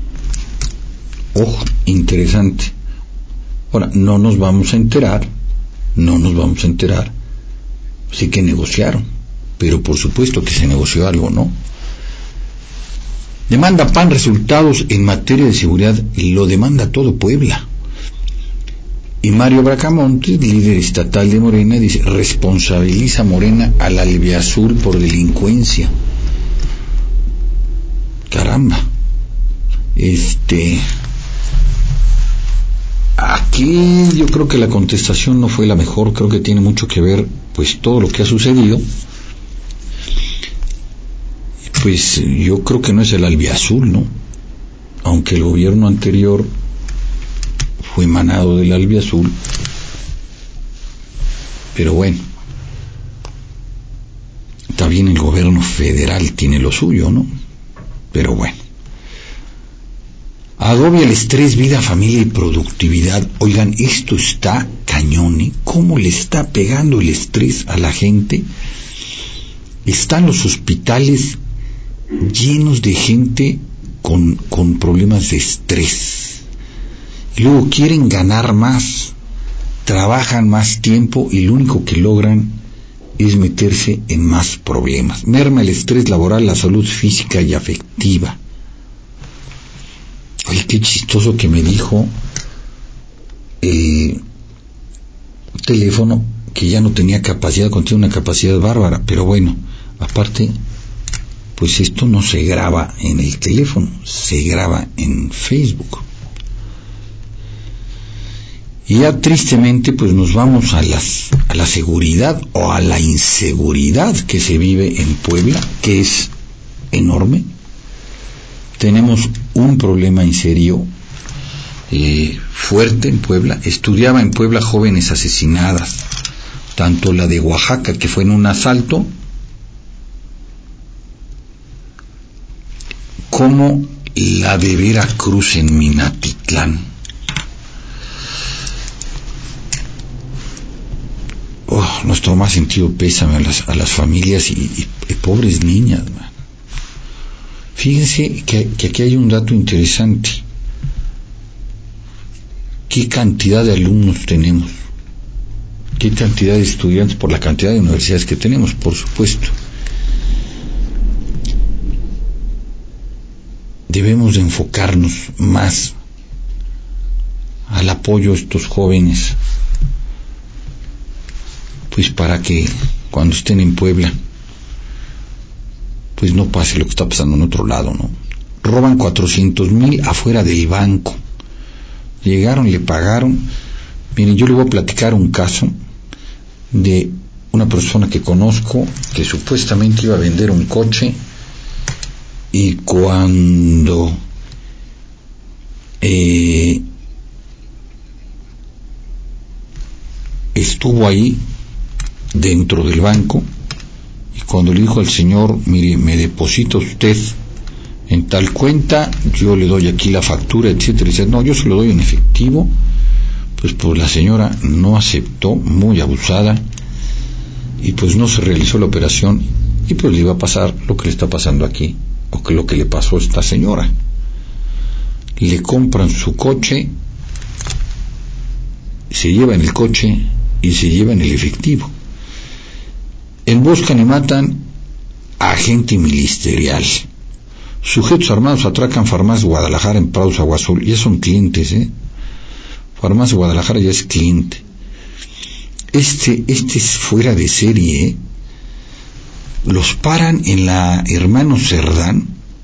Ojo, interesante. Ahora, no nos vamos a enterar, no nos vamos a enterar, sí que negociaron, pero por supuesto que se negoció algo, ¿no? Demanda P A N resultados en materia de seguridad, y lo demanda todo Puebla. Y Mario Bracamontes, líder estatal de Morena, dice, responsabiliza a Morena al Albiazul por delincuencia. Caramba. Este... Aquí yo creo que la contestación no fue la mejor, creo que tiene mucho que ver, pues, todo lo que ha sucedido. Pues yo creo que no es el Albiazul, ¿no? Aunque el gobierno anterior fue emanado del Albiazul, pero bueno, también el gobierno federal tiene lo suyo, ¿no? Pero bueno, agobia el estrés, vida, familia y productividad. Oigan, esto está cañón, ¿eh? ¿Cómo le está pegando el estrés a la gente? Están los hospitales llenos de gente con, con problemas de estrés. Y luego quieren ganar más, trabajan más tiempo y lo único que logran es meterse en más problemas. Merma el estrés laboral, la salud física y afectiva. Oye, qué chistoso que me dijo el teléfono que ya no tenía capacidad, contiene una capacidad bárbara, pero bueno, aparte, pues esto no se graba en el teléfono, se graba en Facebook. Y ya tristemente pues nos vamos a las a la seguridad o a la inseguridad que se vive en Puebla, que es enorme. Tenemos un problema en serio, eh, fuerte en Puebla. Estudiaba en Puebla jóvenes asesinadas, tanto la de Oaxaca, que fue en un asalto, como la de Veracruz en Minatitlán. Oh, nuestro más sentido pésame a las, a las familias y, y, y pobres niñas, man. Fíjense que, que aquí hay un dato interesante. ¿qué cantidad de alumnos tenemos? ¿Qué cantidad de estudiantes por la cantidad de universidades que tenemos? Por supuesto. Debemos de enfocarnos más al apoyo a estos jóvenes, pues para que cuando estén en Puebla, pues no pase lo que está pasando en otro lado, ¿no? Roban cuatrocientos mil afuera del banco. Llegaron, le pagaron. Miren, yo le voy a platicar un caso de una persona que conozco que supuestamente iba a vender un coche, y cuando eh, estuvo ahí dentro del banco, y cuando le dijo al señor, mire, me deposita usted en tal cuenta, yo le doy aquí la factura, etcétera, y dice, no, yo se lo doy en efectivo, pues pues la señora no aceptó, muy abusada, y pues no se realizó la operación, y pues le iba a pasar lo que le está pasando aquí, o que lo que le pasó a esta señora. Le compran su coche, se llevan el coche y se llevan el efectivo. Emboscan y matan a agente ministerial. Sujetos armados atracan Farmacia Guadalajara en Prados, Agua Azul. Ya son clientes, ¿eh? Farmacia Guadalajara ya es cliente. Este, este es fuera de serie, ¿eh? Los paran en la Hermano Cerdán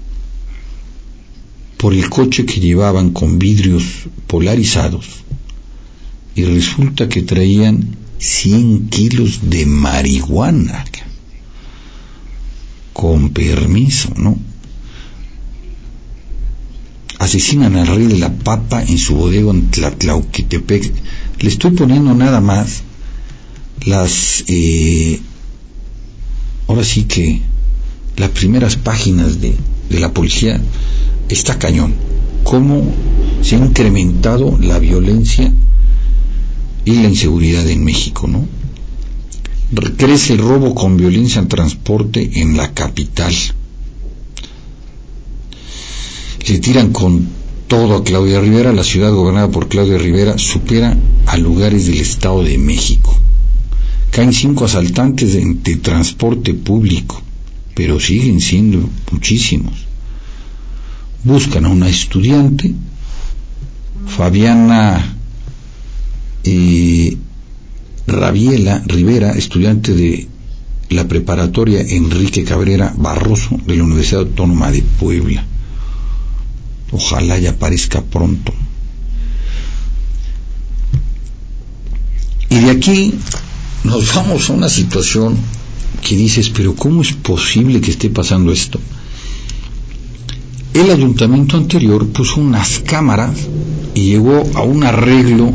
por el coche que llevaban con vidrios polarizados, y resulta que traían cien kilos de marihuana, con permiso, ¿no? Asesinan al rey de la papa en su bodega en Tlatlauquitepec. Le estoy poniendo nada más las eh, ahora sí que las primeras páginas de, de la policía. Está cañón cómo se ha incrementado la violencia y la inseguridad en México, ¿no? Crece el robo con violencia en transporte en la capital. Le tiran con todo a Claudia Rivera. La ciudad gobernada por Claudia Rivera supera a lugares del Estado de México. Caen cinco asaltantes de, de transporte público, pero siguen siendo muchísimos. Buscan a una estudiante, Fabiana eh, Rabiela Rivera, estudiante de la preparatoria Enrique Cabrera Barroso de la Universidad Autónoma de Puebla. Ojalá ya aparezca pronto. Y de aquí nos vamos a una situación que dices, pero ¿cómo es posible que esté pasando esto? El ayuntamiento anterior puso unas cámaras y llegó a un arreglo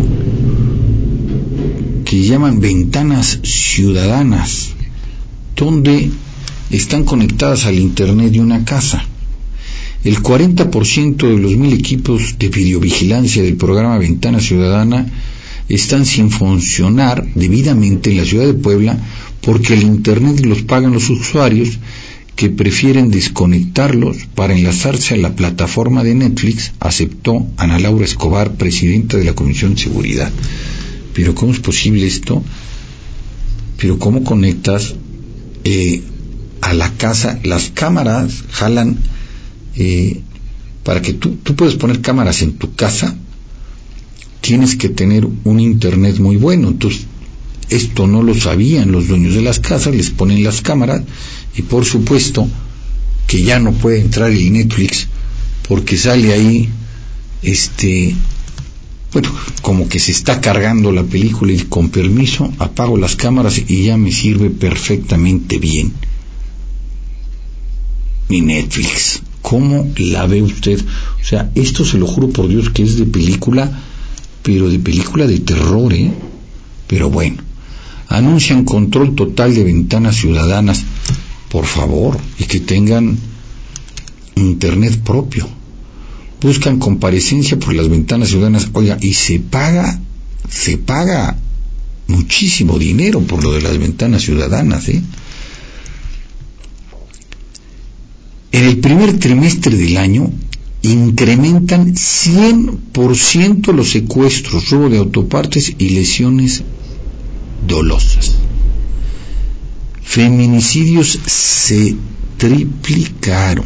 que llaman ventanas ciudadanas, donde están conectadas al internet de una casa. El cuarenta por ciento de los mil equipos de videovigilancia del programa Ventana Ciudadana están sin funcionar debidamente en la ciudad de Puebla, porque el internet los pagan los usuarios, que prefieren desconectarlos para enlazarse a la plataforma de Netflix, aceptó Ana Laura Escobar, presidenta de la Comisión de Seguridad. Pero ¿cómo es posible esto? Pero ¿cómo conectas eh, a la casa? Las cámaras jalan eh, para que tú, tú puedes poner cámaras en tu casa, tienes que tener un internet muy bueno. Entonces, esto no lo sabían los dueños de las casas, les ponen las cámaras, y por supuesto que ya no puede entrar el Netflix, porque sale ahí este bueno, como que se está cargando la película, y con permiso apago las cámaras y ya me sirve perfectamente bien mi Netflix. ¿Cómo la ve usted? O sea, esto se lo juro por Dios que es de película, pero de película de terror, ¿eh? Pero bueno, anuncian control total de ventanas ciudadanas, por favor, y que tengan internet propio. Buscan comparecencia por las ventanas ciudadanas. Oiga, y se paga, se paga muchísimo dinero por lo de las ventanas ciudadanas, ¿eh? En el primer trimestre del año incrementan cien por ciento los secuestros, robo de autopartes y lesiones dolosas. Feminicidios se triplicaron.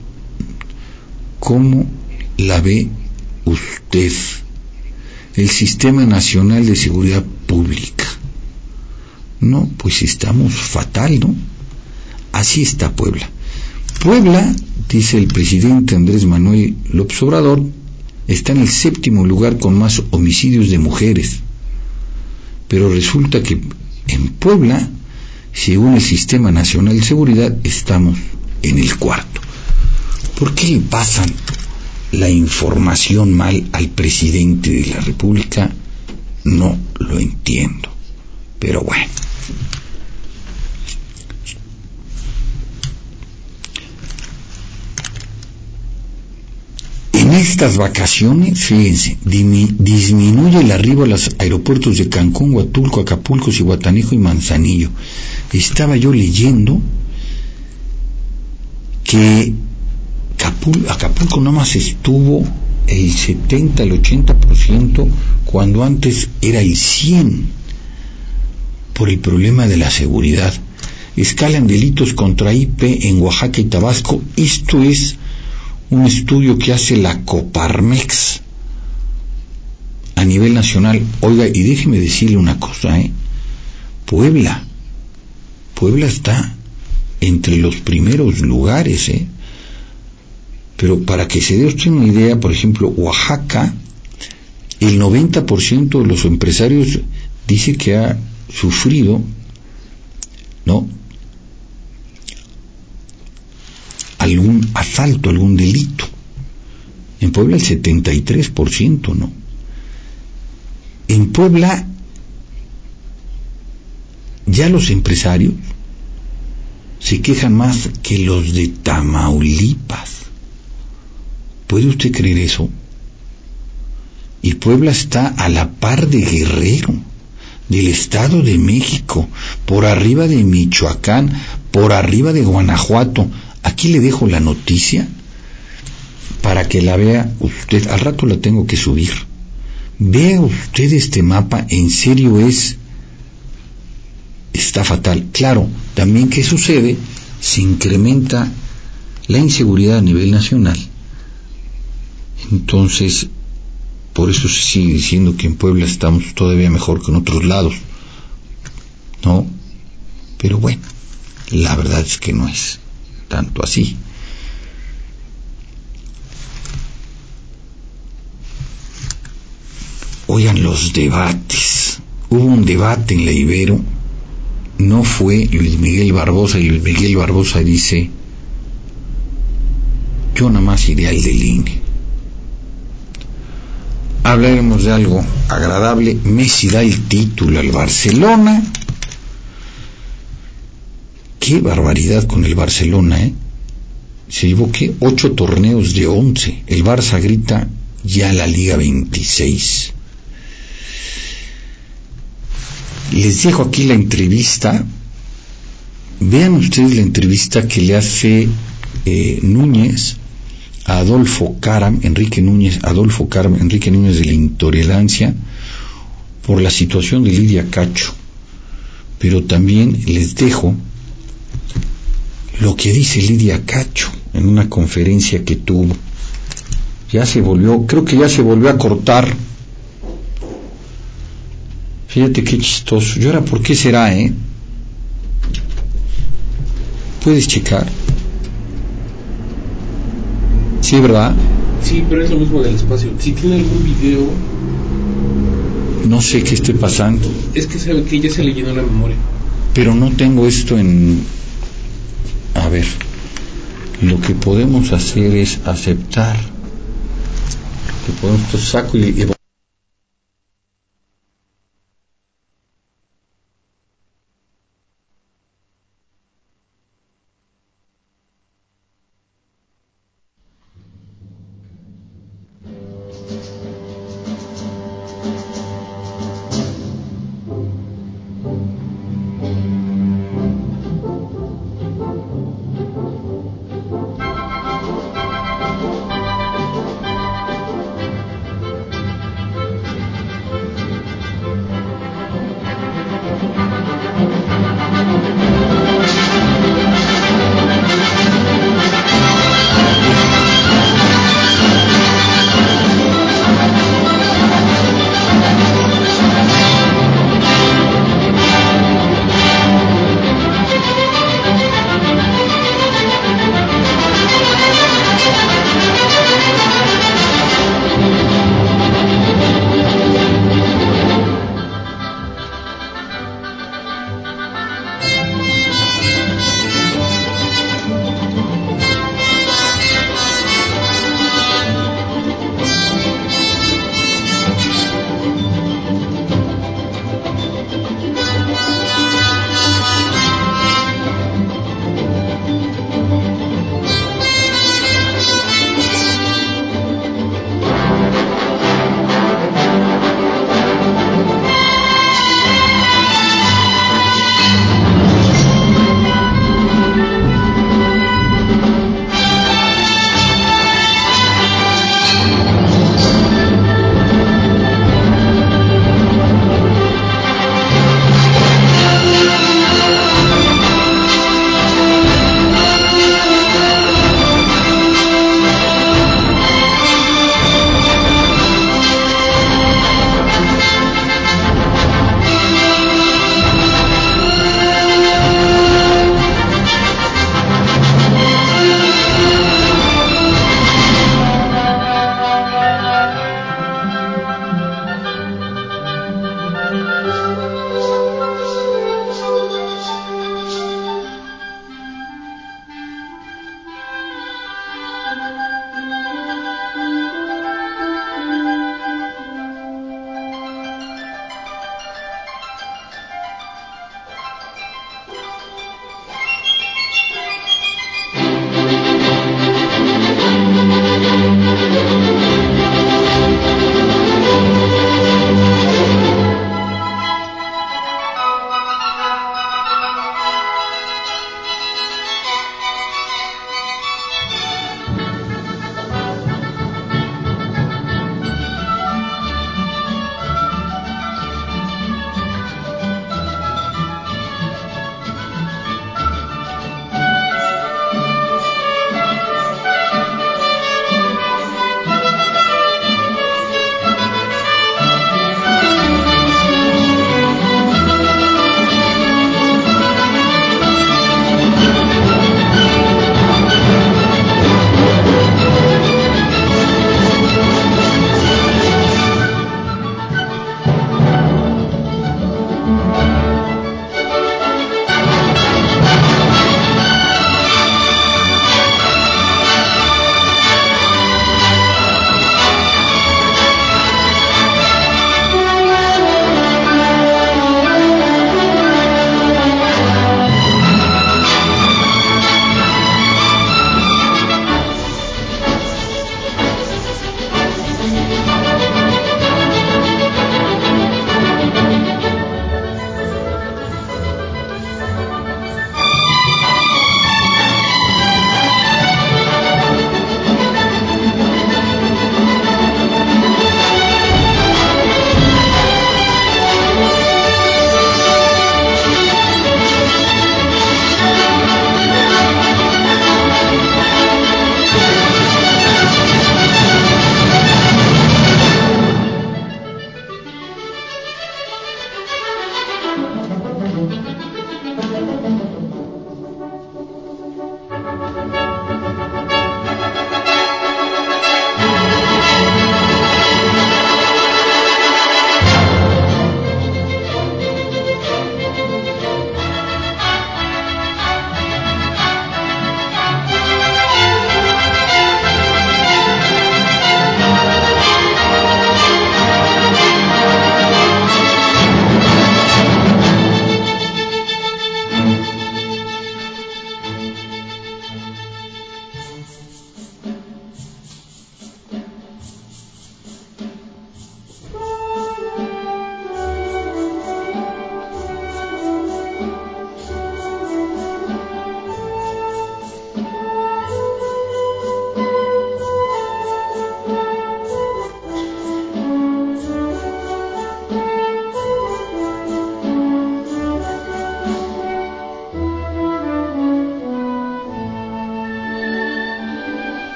¿Cómo la ve usted? El Sistema Nacional de Seguridad Pública. No, pues estamos fatal, ¿no? Así está Puebla. Puebla, dice el presidente Andrés Manuel López Obrador, está en el séptimo lugar con más homicidios de mujeres. Pero resulta que en Puebla, según el Sistema Nacional de Seguridad, estamos en el cuarto. ¿Por qué le pasan la información mal al presidente de la República? No lo entiendo. Pero bueno. En estas vacaciones, fíjense, disminuye el arribo a los aeropuertos de Cancún, Huatulco, Acapulco, Zihuatanejo y Manzanillo. Estaba yo leyendo que Acapulco, Acapulco nomás estuvo el setenta, el ochenta por ciento, cuando antes era el cien por ciento, por el problema de la seguridad. Escalan delitos contra I P en Oaxaca y Tabasco. Esto es un estudio que hace la Coparmex a nivel nacional. Oiga, y déjeme decirle una cosa, ¿eh? Puebla, Puebla está entre los primeros lugares, ¿eh? Pero para que se dé usted una idea, por ejemplo, Oaxaca, el noventa por ciento de los empresarios dice que ha sufrido, ¿no?, algún asalto, algún delito. En Puebla el setenta y tres por ciento, ¿no? En Puebla ya los empresarios se quejan más que los de Tamaulipas. ¿Puede usted creer eso? Y Puebla está a la par de Guerrero, del Estado de México, por arriba de Michoacán, por arriba de Guanajuato. Aquí le dejo la noticia para que la vea usted. Al rato la tengo que subir. Vea usted este mapa, en serio es, está fatal. Claro, también ¿qué sucede? Se incrementa la inseguridad a nivel nacional. Entonces, por eso se sigue diciendo que en Puebla estamos todavía mejor que en otros lados, ¿no? Pero bueno, la verdad es que no es tanto así. Oigan los debates. Hubo un debate en la Ibero, no fue Luis Miguel Barbosa, y Luis Miguel Barbosa dice: yo nada más iré al del I N E. Hablaremos de algo agradable. Messi da el título al Barcelona. Qué barbaridad con el Barcelona, ¿eh? Se llevó, ¿qué? Ocho torneos de once. El Barça grita ya la Liga veintiséis. Les dejo aquí la entrevista. Vean ustedes la entrevista que le hace eh, Núñez a Adolfo Caram, Enrique Núñez, Adolfo Caram, Enrique Núñez, de la intolerancia por la situación de Lidia Cacho. Pero también les dejo lo que dice Lidia Cacho en una conferencia que tuvo. Ya se volvió, creo que ya se volvió a cortar. Fíjate qué chistoso. ¿Y ahora por qué será, eh? ¿Puedes checar? Sí, ¿verdad? Sí, pero es lo mismo del espacio. Si tiene algún video... No sé qué esté pasando. Es que sabe que ya se le llenó la memoria. Pero no tengo esto en... A ver, lo que podemos hacer es aceptar. Lo que podemos... Pues saco y...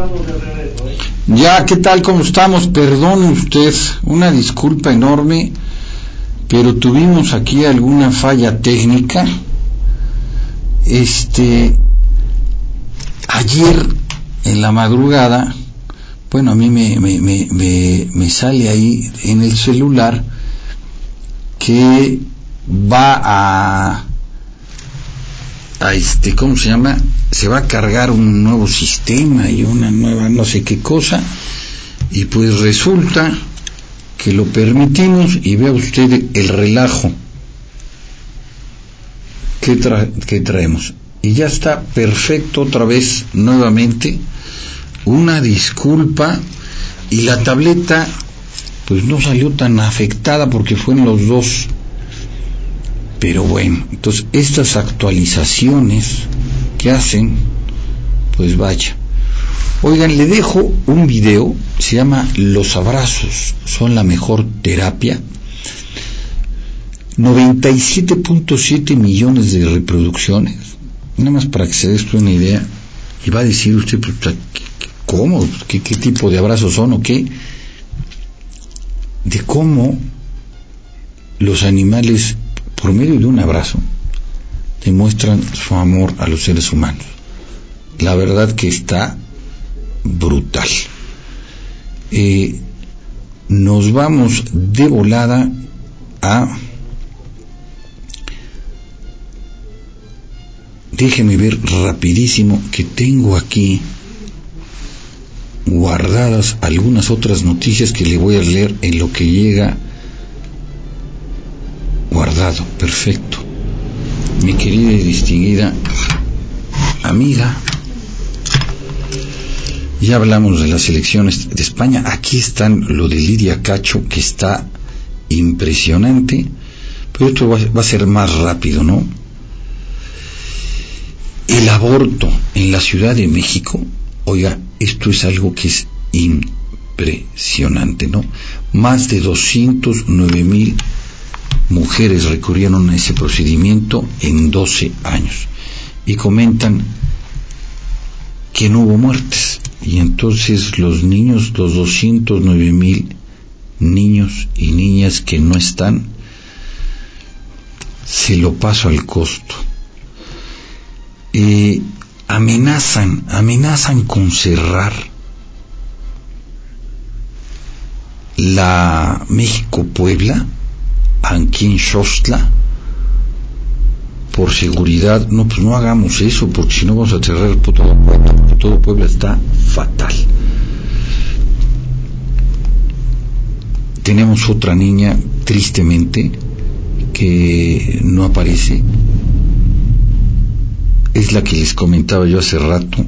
Ya, ¿qué tal? ¿Cómo estamos? Perdón usted, una disculpa enorme, pero tuvimos aquí alguna falla técnica. Este, ayer en la madrugada, bueno, a mí me, me, me, me, me sale ahí en el celular que va a, a este, ¿cómo se llama? Se va a cargar un nuevo sistema y una nueva no sé qué cosa, y pues resulta que lo permitimos y vea usted el relajo que, tra- que traemos. Y ya está perfecto otra vez, nuevamente. Una disculpa, y la tableta pues no salió tan afectada porque fueron los dos. Pero bueno, entonces estas actualizaciones que hacen, pues vaya. Oigan, le dejo un video, se llama Los abrazos son la mejor terapia. noventa y siete punto siete millones de reproducciones, nada más para que se dé usted una idea. Y va a decir usted, pues, ¿cómo? ¿Qué, qué tipo de abrazos son o qué? De cómo los animales, por medio de un abrazo, demuestran su amor a los seres humanos. La verdad que está brutal. Eh, nos vamos de volada a... Déjeme ver rapidísimo, que tengo aquí guardadas algunas otras noticias que le voy a leer en lo que llega guardado. Perfecto. Mi querida y distinguida amiga, ya hablamos de las elecciones de España. Aquí están lo de Lidia Cacho, que está impresionante, pero esto va, va a ser más rápido, ¿no? El aborto en la Ciudad de México, oiga, esto es algo que es impresionante, ¿no? Más de doscientos nueve mil mujeres recurrieron a ese procedimiento en doce años, y comentan que no hubo muertes. Y entonces los niños, los doscientos nueve mil niños y niñas que no están, se lo paso al costo. Eh, amenazan, amenazan con cerrar la México-Puebla, aquí en Xoxtla, por seguridad. No, pues no hagamos eso, porque si no vamos a cerrar todo Puebla, porque todo Puebla está fatal. Tenemos otra niña, tristemente, que no aparece. Es la que les comentaba yo hace rato.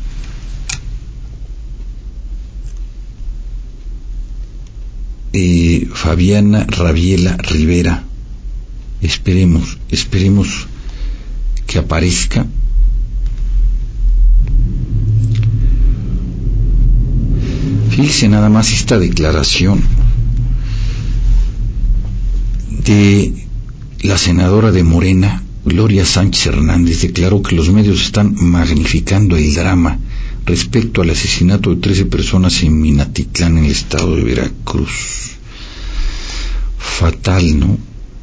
Eh, Fabiana Rabiela Rivera. Esperemos, esperemos que aparezca. Fíjense nada más esta declaración de la senadora de Morena, Gloria Sánchez Hernández. Declaró que los medios están magnificando el drama respecto al asesinato de trece personas en Minatitlán, en el estado de Veracruz. Fatal, ¿no?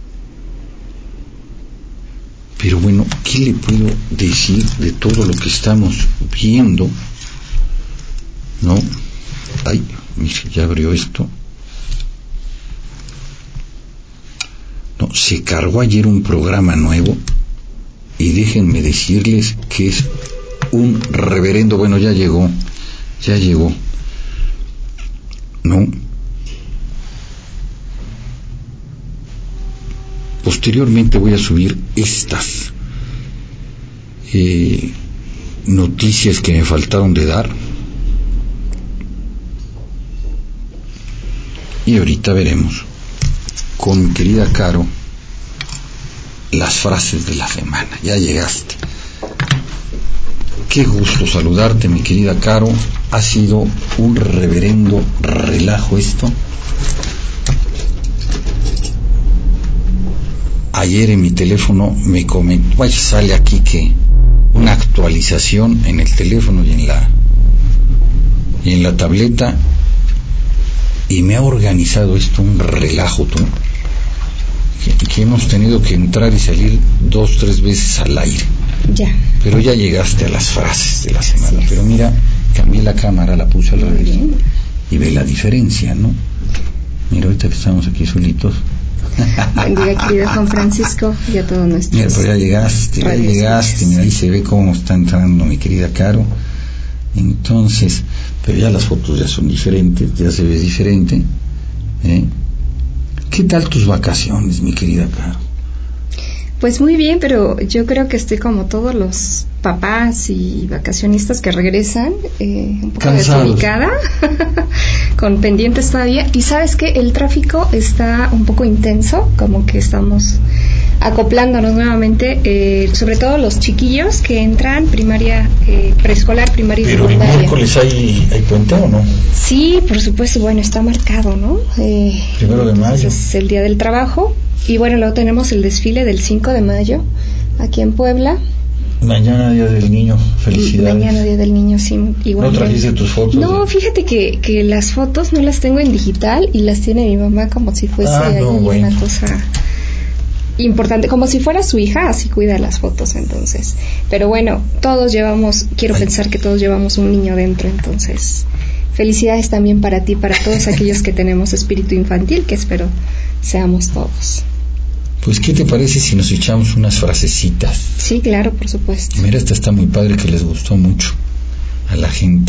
Pero bueno, ¿qué le puedo decir de todo lo que estamos viendo? ¿No? Ay, mire, ya abrió esto. No, se cargó ayer un programa nuevo, y déjenme decirles que es un reverendo, bueno, ya llegó, ya llegó, ¿no? Posteriormente voy a subir estas eh, noticias que me faltaron de dar, y ahorita veremos con mi querida Caro las frases de la semana. Ya llegaste. Qué gusto saludarte, mi querida Caro. Ha sido un reverendo relajo esto. Ayer en mi teléfono me comentó, vaya, sale aquí que una actualización en el teléfono y en la y en la tableta, y me ha organizado esto un relajo, tú, que, que hemos tenido que entrar y salir dos, tres veces al aire. Ya. Pero ya llegaste a las frases de la semana. Sí. Pero mira, cambié la cámara, la puse al revés y ve la diferencia, ¿no? Mira, ahorita que estamos aquí solitos. Buen día, querido Juan Francisco, y a todos nuestros. Mira, pues ya llegaste, ya radios. llegaste, mira, ahí se ve cómo está entrando mi querida Caro. Entonces, pero ya las fotos ya son diferentes, ya se ve diferente, ¿eh? ¿Qué tal tus vacaciones, mi querida Caro? Pues muy bien, pero yo creo que estoy como todos los papás y vacacionistas que regresan, eh, un poco Cansados. desubicada, con pendientes todavía. Y sabes que el tráfico está un poco intenso, como que estamos acoplándonos nuevamente, eh, sobre todo los chiquillos que entran primaria, eh, preescolar, primaria y Pero el secundaria. miércoles hay, hay puente o no? Sí, por supuesto, bueno, está marcado, ¿no? Eh, Primero de mayo. Es el Día del Trabajo. Y bueno, luego tenemos el desfile del cinco de mayo, aquí en Puebla. Mañana Día del Niño, felicidades. Mañana Día del Niño, sí, igual. ¿No trajiste tus fotos? No, fíjate que, que las fotos no las tengo en digital y las tiene mi mamá como si fuese Ah, ahí no, bueno. una cosa importante, como si fuera su hija, así cuida las fotos, entonces. Pero bueno, todos llevamos, quiero Ay. pensar que todos llevamos un niño dentro, entonces felicidades también para ti, para todos aquellos que tenemos espíritu infantil, que espero seamos todos. Pues, ¿qué te parece si nos echamos unas frasecitas? Sí, claro, por supuesto. Mira, esta está muy padre, que les gustó mucho a la gente.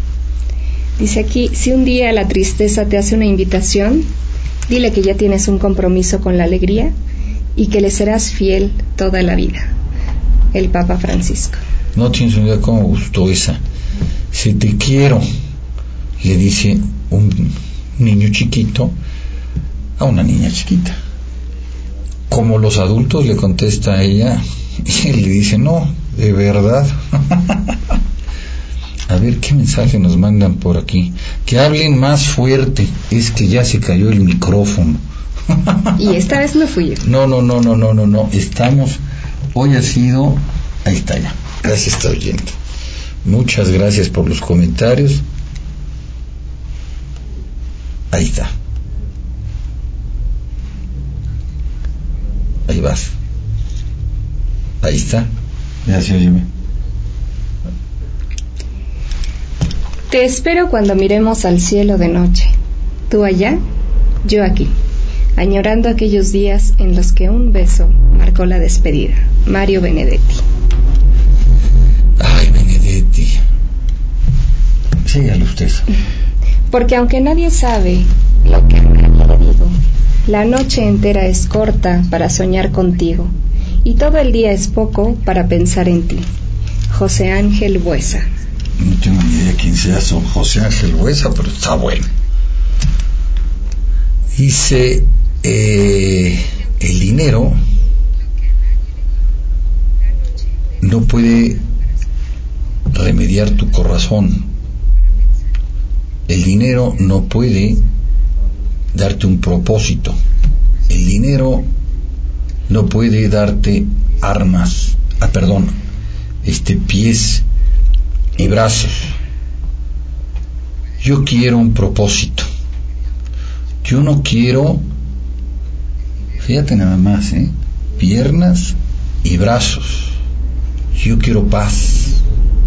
Dice aquí, si un día la tristeza te hace una invitación, dile que ya tienes un compromiso con la alegría y que le serás fiel toda la vida. El Papa Francisco. No tienes una idea cómo gustó esa. Si te quiero, le dice un niño chiquito a una niña chiquita. Como los adultos, le contesta a ella y él le dice, no, de verdad. A ver, ¿qué mensaje nos mandan por aquí? Que hablen más fuerte, es que ya se cayó el micrófono. Y esta vez no fui yo. No, no, no, no, no, no, no, estamos, hoy ha sido, ahí está ya, ya se está oyendo. Muchas gracias por los comentarios. Ahí está. Ahí vas. Ahí está. Ya se oye. Te espero cuando miremos al cielo de noche. Tú allá, yo aquí, añorando aquellos días en los que un beso marcó la despedida. Mario Benedetti. Ay, Benedetti. Sígale usted. Porque aunque nadie sabe lo que me ha digo, la noche entera es corta para soñar contigo y todo el día es poco para pensar en ti. José Ángel Buesa. No tengo ni idea quién sea son José Ángel Buesa, pero está bueno. Dice, eh, el dinero no puede remediar tu corazón. El dinero no puede darte un propósito. El dinero no puede darte armas, ah, perdón, este, pies y brazos. Yo quiero un propósito. Yo no quiero, fíjate nada más, ¿eh? piernas y brazos. Yo quiero paz.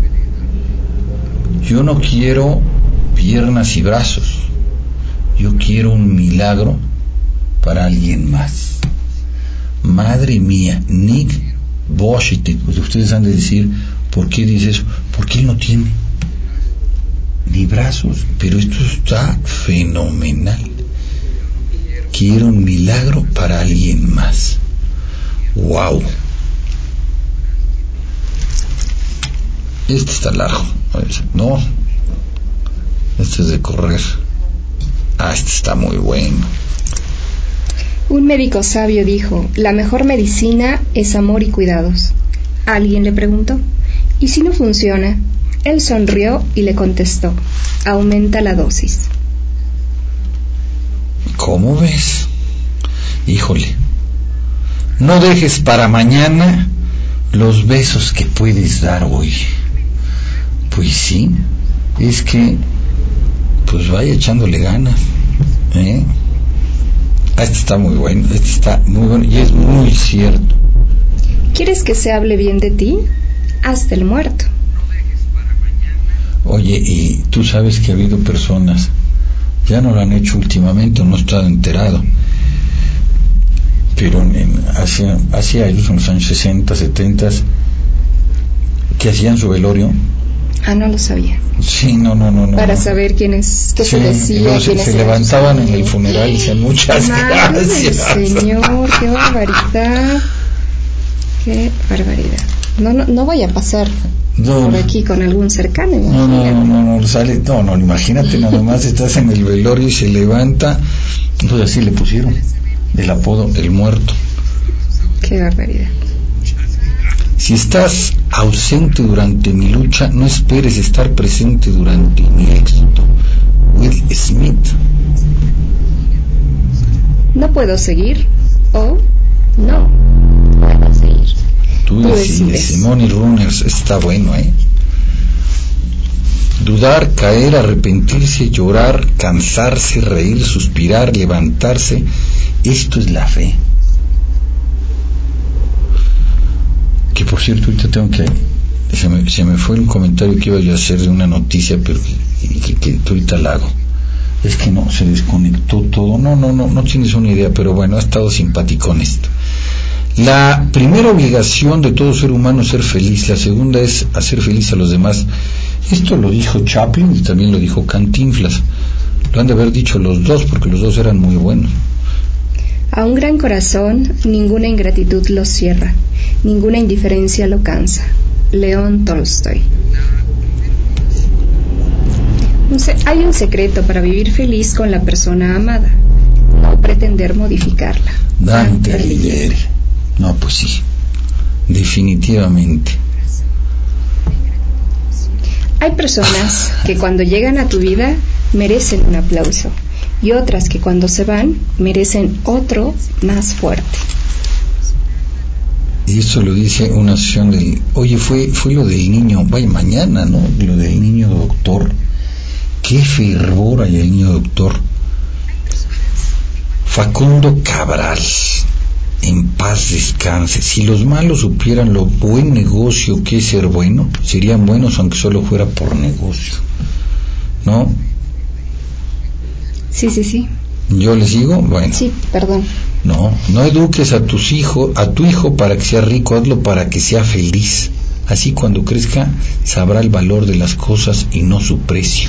Yo no quiero piernas y brazos. Yo quiero un milagro para alguien más. Madre mía, Nick Vujicic, pues ustedes han de decir, ¿por qué dice eso? Porque él no tiene ni brazos, pero esto está fenomenal. Quiero un milagro para alguien más. Wow. Este está largo. No, este es de correr. Ah, este está muy bueno. Un médico sabio dijo, la mejor medicina es amor y cuidados. Alguien le preguntó, ¿y si no funciona? Él sonrió y le contestó, aumenta la dosis. ¿Cómo ves? Híjole, no dejes para mañana los besos que puedes dar hoy. Pues sí, es que pues vaya echándole ganas, ¿eh? Ah, este está muy bueno, este está muy bueno y es muy cierto. ¿Quieres que se hable bien de ti? Hazte el muerto. Oye, y tú sabes que ha habido personas, ya no lo han hecho últimamente, no he estado enterado, pero en, hace, hace años, en los años sesenta, setenta, que hacían su velorio. Ah, no lo sabía. Sí, no, no, no. no Para no. saber quién es, qué sí, se decía. se, se levantaban en el funeral y decían muchas Madre gracias. del Señor, qué barbaridad. Qué barbaridad. No, no, no vaya a pasar no, por aquí con algún cercano. No, no, no, no, no, sale, no, no, imagínate, nada más estás en el velorio y se levanta, entonces así le pusieron el apodo, el muerto. Qué barbaridad. Si estás ausente durante mi lucha, no esperes estar presente durante mi éxito. Will Smith. No puedo seguir o no puedo seguir. Tú, Tú decides. decides. Money Runners está bueno, ¿eh? Dudar, caer, arrepentirse, llorar, cansarse, reír, suspirar, levantarse. Esto es la fe. Que por cierto, ahorita tengo que... Se me, se me fue un comentario que iba yo a hacer de una noticia, pero que, que, que ahorita la hago. Es que no, se desconectó todo. No, no, no, no tienes una idea, pero bueno, ha estado simpaticón esto. La primera obligación de todo ser humano es ser feliz. La segunda es hacer feliz a los demás. Esto lo dijo Chaplin y también lo dijo Cantinflas. Lo han de haber dicho los dos porque los dos eran muy buenos. A un gran corazón ninguna ingratitud lo cierra, ninguna indiferencia lo cansa. León Tolstoy. Un se- hay un secreto para vivir feliz con la persona amada, no pretender modificarla. Dante Alighieri. No, pues sí, definitivamente. Hay personas que cuando llegan a tu vida merecen un aplauso y otras que cuando se van merecen otro más fuerte. Y eso lo dice una sesión del... Oye, fue fue lo del niño, vaya mañana, ¿no? Lo del niño doctor. Qué fervor hay el niño doctor. Facundo Cabral, en paz descanse. Si los malos supieran lo buen negocio que es ser bueno, serían buenos aunque solo fuera por negocio, ¿no? Sí, sí, sí. ¿Yo les digo? Bueno. Sí, perdón. No, no eduques a tus hijos, a tu hijo para que sea rico, hazlo para que sea feliz. Así cuando crezca sabrá el valor de las cosas y no su precio.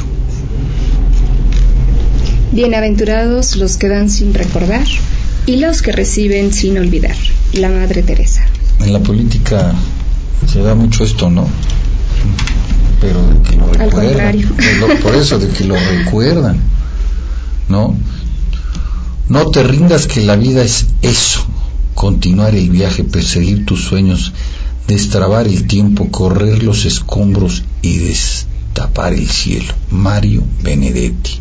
Bienaventurados los que dan sin recordar y los que reciben sin olvidar. La Madre Teresa. En la política se da mucho esto, ¿no? Pero de que lo recuerdan. Al contrario. Lo, por eso, de que lo recuerdan, ¿no? No te rindas, que la vida es eso: continuar el viaje, perseguir tus sueños, destrabar el tiempo, correr los escombros y destapar el cielo. Mario Benedetti.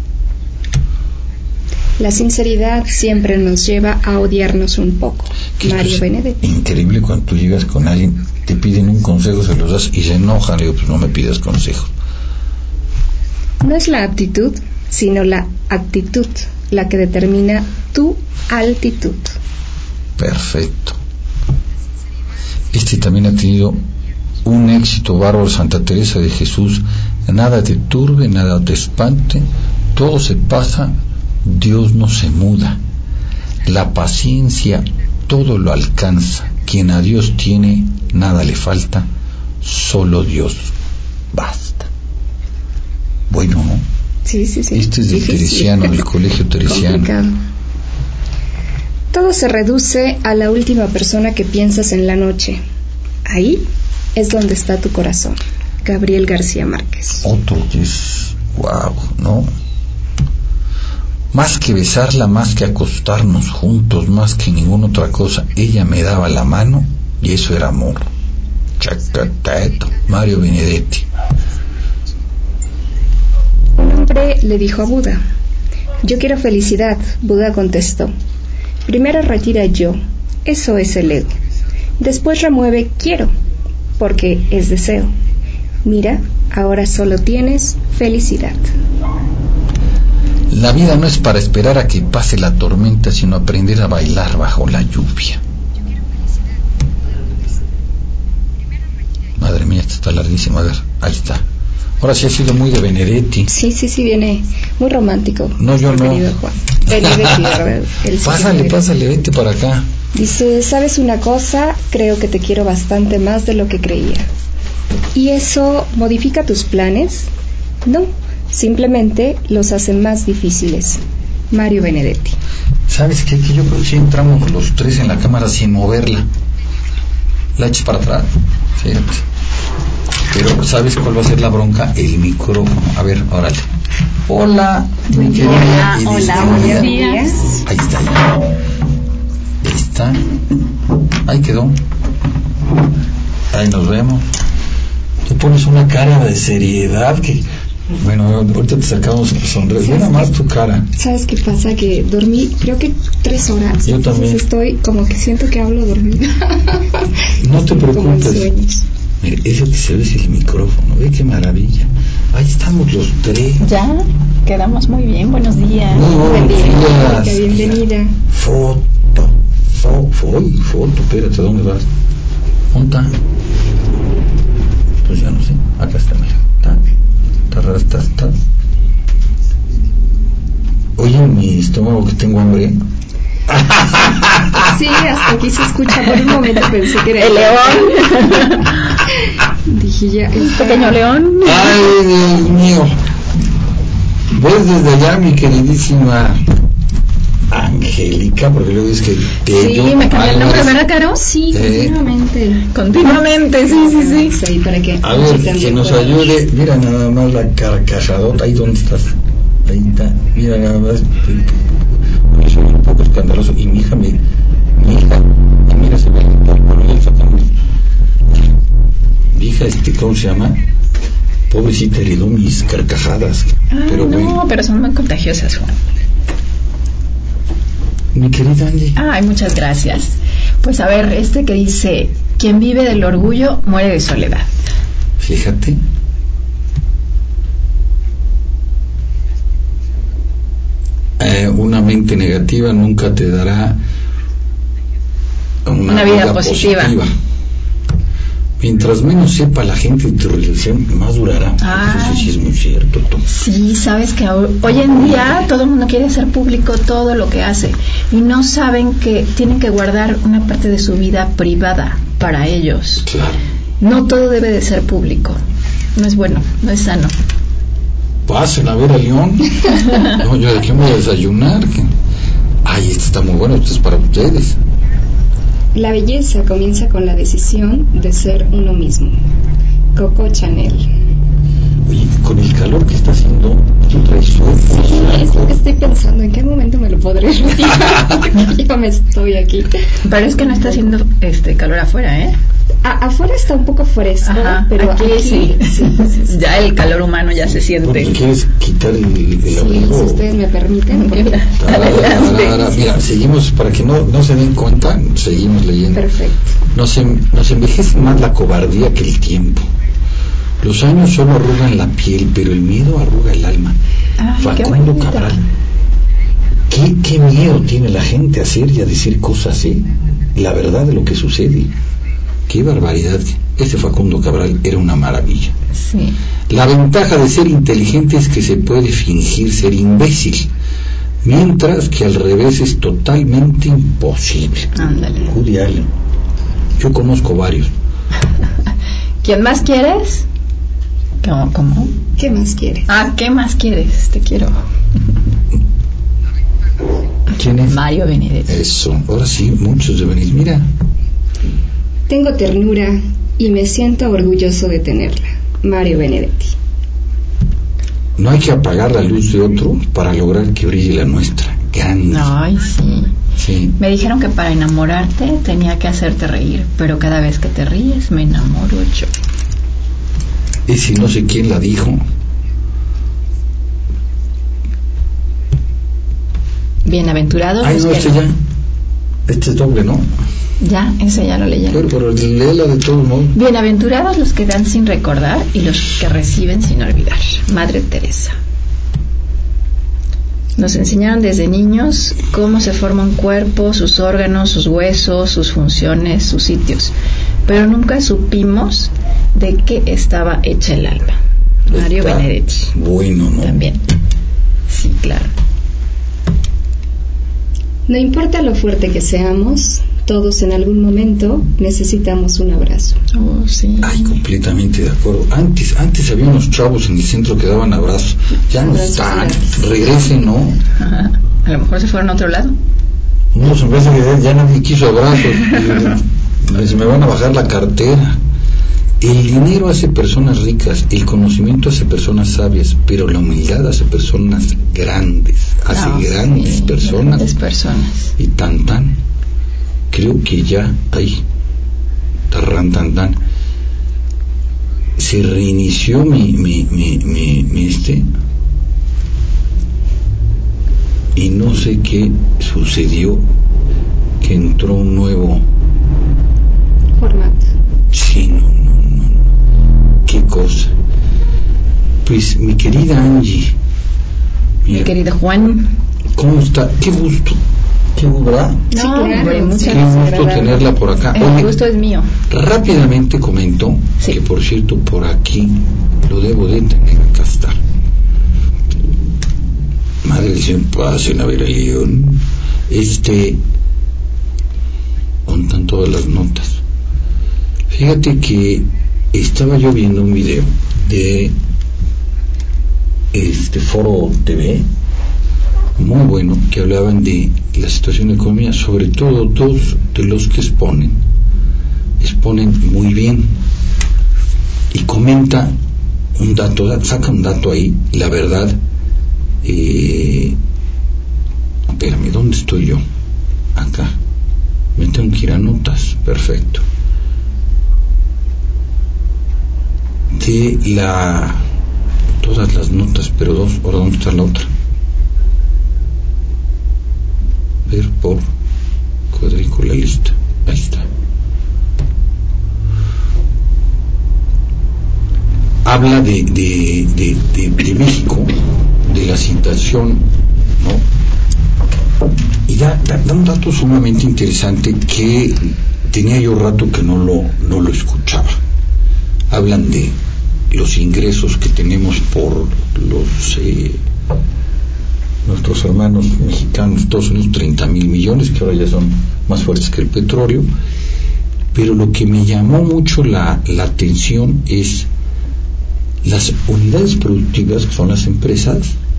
La sinceridad siempre nos lleva a odiarnos un poco. Mario Benedetti. Increíble cuando tú llegas con alguien, te piden un consejo, se los das y se enojan. Le digo, pues no me pidas consejo. No es la aptitud, sino la actitud la que determina tu altitud. Perfecto. Este también ha tenido un éxito bárbaro, Santa Teresa de Jesús. Nada te turbe, nada te espante, todo se pasa, Dios no se muda. La paciencia todo lo alcanza. Quien a Dios tiene, nada le falta, solo Dios basta. Bueno, ¿no? Sí, sí, sí. Este es del Difícil. Teresiano, del Colegio Teresiano. Complicado. Todo se reduce a la última persona que piensas en la noche. Ahí es donde está tu corazón. Gabriel García Márquez. Otro que es wow, ¿no? Más que besarla, más que acostarnos juntos, más que ninguna otra cosa, ella me daba la mano y eso era amor. Chacateto. Mario Benedetti. Un hombre le dijo a Buda: yo quiero felicidad. Buda contestó: primero retira yo, eso es el ego. Después remueve quiero, porque es deseo. Mira, ahora solo tienes felicidad. La vida no es para esperar a que pase la tormenta, sino aprender a bailar bajo la lluvia. Madre mía, esto está larguísimo. A ver, ahí está. Ahora sí ha sido muy de Benedetti. Sí, sí, sí, viene muy romántico. No, yo no. Querido Juan. Benedetti, ¿verdad? El Pásale, señor. pásale, vente para acá. Dice, ¿sabes una cosa? Creo que te quiero bastante más de lo que creía. ¿Y eso modifica tus planes? No, simplemente los hace más difíciles. Mario Benedetti. ¿Sabes qué? Que yo creo que sí entramos los tres en la cámara sin moverla. La echas para atrás. Fíjate. Pero ¿sabes cuál va a ser la bronca? El micrófono. A ver, órale. Hola, mi querida. Hola, hola, buenos días. Ahí está ya. Ahí está. Ahí quedó. Ahí nos vemos. Tú pones una cara de seriedad que... Bueno, ahorita te sacamos a sonreír. Mira más tu cara. ¿Sabes qué pasa? Que dormí creo que tres horas. Yo también. Entonces estoy como que siento que hablo dormida. No te Como en preocupes. sueños. Mire, eso que se ve es el micrófono. Ve qué maravilla. Ahí estamos los tres. Ya, quedamos muy bien. Buenos días. Muy buenos Mónica, días. bienvenida. Foto. Fo, foto, foto. Espérate, ¿dónde vas? ¿Dónde está? Pues ya no sé. Acá está, mira. Está. Está rara, está, está. Oye, en mi estómago que tengo hambre. Sí, hasta aquí se escucha. Por un momento pensé que era El león. Dije ya. está- Pequeño león. Ay, Dios mío. ¿Ves desde allá, mi queridísima Angélica? Porque luego es que Sí, me cambié el nombre, ¿verdad, Caro? Sí, Eh. continuamente. Continuamente, sí, sí, sí. Vamos ahí para que A ver, también que nos puedan- ayude. Mira nada más la carcajadota. Ahí donde estás. Ahí está. Mira nada más. Yo soy un poco escandaloso. Y mi hija me. Mi hija. Y mira, se ve el coronel sacando. Mi hija, este, ¿cómo se llama? Pobrecita, heredó mis carcajadas. Ah, Pero no, bueno. pero son muy contagiosas, Juan. Mi querida Angie. Ay, muchas gracias. Pues a ver, este que dice, quien vive del orgullo muere de soledad. Fíjate. Eh, una mente negativa nunca te dará una, Una vida positiva. Mientras menos sepa la gente de tu religión, más durará. Ah. Eso sí es muy cierto, Tom. Sí, sabes que ho- hoy en día todo el mundo quiere hacer público todo lo que hace y no saben que tienen que guardar una parte de su vida privada para ellos. Claro. No todo debe de ser público. No es bueno, no es sano. Pasen a ver a León. No, yo de qué me voy a desayunar. ¿Qué? Ay, este está muy bueno, este es para ustedes. La belleza comienza con la decisión de ser uno mismo. Coco Chanel. Oye, con el calor que está haciendo, tú traes suéter, Es saco. lo que estoy pensando, ¿en qué momento me lo podré retirar? Yo me estoy aquí. Pero es que no está haciendo este calor afuera, ¿eh? A- afuera está un poco fresco, Ajá, pero aquí, aquí, sí. sí, sí, sí. Ya el calor humano ya se Bueno, siente. ¿quieres quitar el, el Sí, abrigo? si ustedes me permiten, porque... Tarara, tarara. Mira, seguimos, para que no, no se den cuenta, seguimos leyendo. Perfecto. Nos, en- nos envejece más la cobardía que el tiempo. Los años solo arrugan la piel, pero el miedo arruga el alma. Ay, qué Facundo bonito. Cabral. ¿Qué, ¿Qué miedo tiene la gente a hacer y a decir cosas así? La verdad de lo que sucede. Qué barbaridad. Ese Facundo Cabral era una maravilla. Sí. La ventaja de ser inteligente es que se puede fingir ser imbécil, mientras que al revés es totalmente imposible. Ándale. Woody Allen. Yo conozco varios. ¿Quién más quieres? ¿Cómo? ¿Cómo? ¿Qué más quieres? Ah, ¿qué más quieres? Te quiero. ¿Quién es? Mario Benedetti. Eso. Ahora sí, muchos de venir. Mira. Tengo ternura y me siento orgulloso de tenerla. Mario Benedetti. No hay que apagar la luz de otro para lograr que brille la nuestra. Grande. Ay, sí. Sí. Me dijeron que para enamorarte tenía que hacerte reír, pero cada vez que te ríes me enamoro yo. Ese no sé quién la dijo. Bienaventurados Ay, los no, que este ya. Este es doble, ¿no? Ya, ese ya lo leyeron. Pero, pero léela de todos modos. Bienaventurados los que dan sin recordar y los que reciben sin olvidar. Madre Teresa. Nos enseñaron desde niños cómo se forma un cuerpo, sus órganos, sus huesos, sus funciones, sus sitios, pero nunca supimos de qué estaba hecha el alma. Mario Está Benedetti. Bueno, ¿no? También. Sí, claro. No importa lo fuerte que seamos, todos en algún momento necesitamos un abrazo. Oh, sí. Ay, completamente de acuerdo. Antes, antes había unos chavos en el centro que daban abrazos. Ya no Abrazos están. gratis. Regresen, ¿no? Ajá. A lo mejor se fueron a otro lado. No, se me parece que ya nadie quiso abrazos. Y se me van a bajar la cartera. El dinero hace personas ricas, el conocimiento hace personas sabias, pero la humildad hace personas grandes, hace No, grandes sí, personas. Grandes personas. Y tan tan, creo que ya hay, tarran tan tan, se reinició mi, mi, mi, mi, mi este, y no sé qué sucedió, que entró un nuevo Formato. sí, no, no, no, no. Qué cosa. Pues mi querida Angie, Mi mira, querido Juan. ¿cómo está? Qué gusto, qué gusto, ¿verdad? Sí, No, claro, hombre, sí. muchas Qué gusto agradable. tenerla por acá. El Oye, gusto es mío. rápidamente comento Sí. que, por cierto, por aquí lo debo de tener. Acá está. Madre del Señor, pasen a ver el guión. Este, contan todas las notas. Fíjate que estaba yo viendo un video de este Foro T V, muy bueno, que hablaban de la situación de economía, sobre todo dos de los que exponen, exponen muy bien, y comenta un dato, saca un dato ahí, la verdad, eh, espérame, ¿dónde estoy yo? Acá, me tengo que ir a notas, perfecto. De la, todas las notas, pero dos, ahora ¿dónde está la otra? Ver por cuadrícula lista, ahí está. Habla de, de, de, de, de México, de la situación, ¿no? Y da, da, da un dato sumamente interesante que tenía yo rato que no lo, no lo escuchaba. Hablan de los ingresos que tenemos por los eh, nuestros hermanos mexicanos, todos unos treinta mil millones, que ahora ya son más fuertes que el petróleo, pero lo que me llamó mucho la, la atención es las unidades productivas, que son las empresas.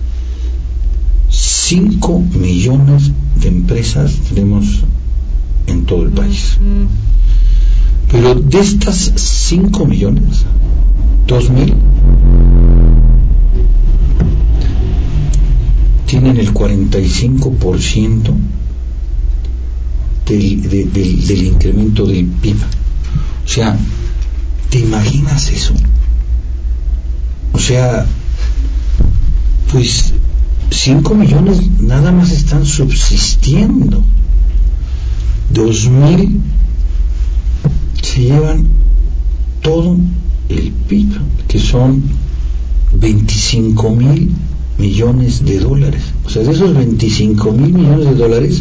Cinco millones de empresas tenemos en todo el país, pero de estas cinco millones, dos mil tienen el cuarenta y cinco por ciento del, de, del, del incremento del P I B. O sea, ¿te imaginas eso? O sea, pues cinco millones nada más están subsistiendo, dos mil se llevan todo el P I B, que son veinticinco mil millones de dólares. O sea, de esos veinticinco mil millones de dólares,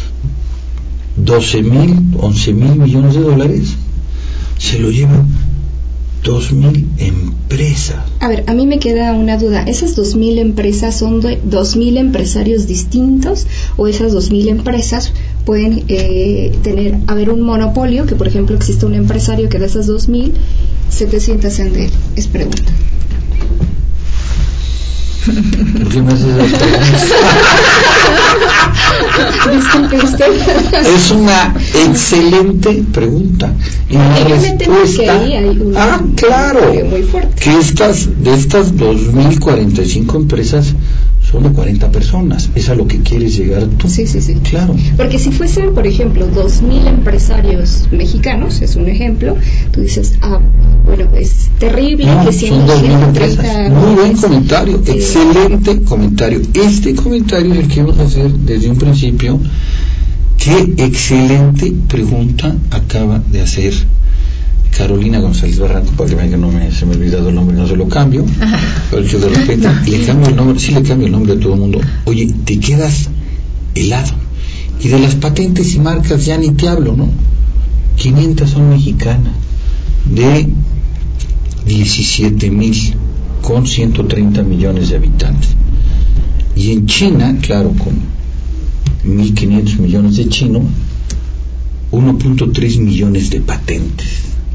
doce mil, once mil millones de dólares se lo llevan dos mil empresas. A ver, a mí me queda una duda. ¿Esas dos mil empresas son de dos mil empresarios distintos o esas dos mil empresas pueden eh, tener, haber un monopolio, que por ejemplo existe un empresario que de esas dos mil, setecientas sean de él? Es pregunta. ¿Por qué me haces esas preguntas? Disculpe usted. Es una excelente pregunta. Y la Yo me temo que respuesta, ahí hay un ah, claro, monopolio muy fuerte. que estas, de estas dos mil cuarenta y cinco empresas, son de cuarenta personas. Es a lo que quieres llegar tú. Sí, sí, sí. Claro. Porque si fuesen, por ejemplo, dos mil empresarios mexicanos, es un ejemplo, tú dices, ah, bueno, es terrible No, que son dos mil ciento empresas. treinta Muy buen millones, comentario, eh, excelente comentario. Este comentario es el que vamos a hacer desde un principio. Qué excelente pregunta acaba de hacer Carolina González Barranco, para que vean que no me, se me ha olvidado el nombre, no se lo cambio, pero yo de repente le cambio el nombre, sí le cambio el nombre a todo el mundo. Oye, te quedas helado. Y de las patentes y marcas ya ni te hablo, ¿no? quinientas son mexicanas, de diecisiete mil, con ciento treinta millones de habitantes. Y en China, claro, con mil quinientos millones de chinos, uno punto tres millones de patentes.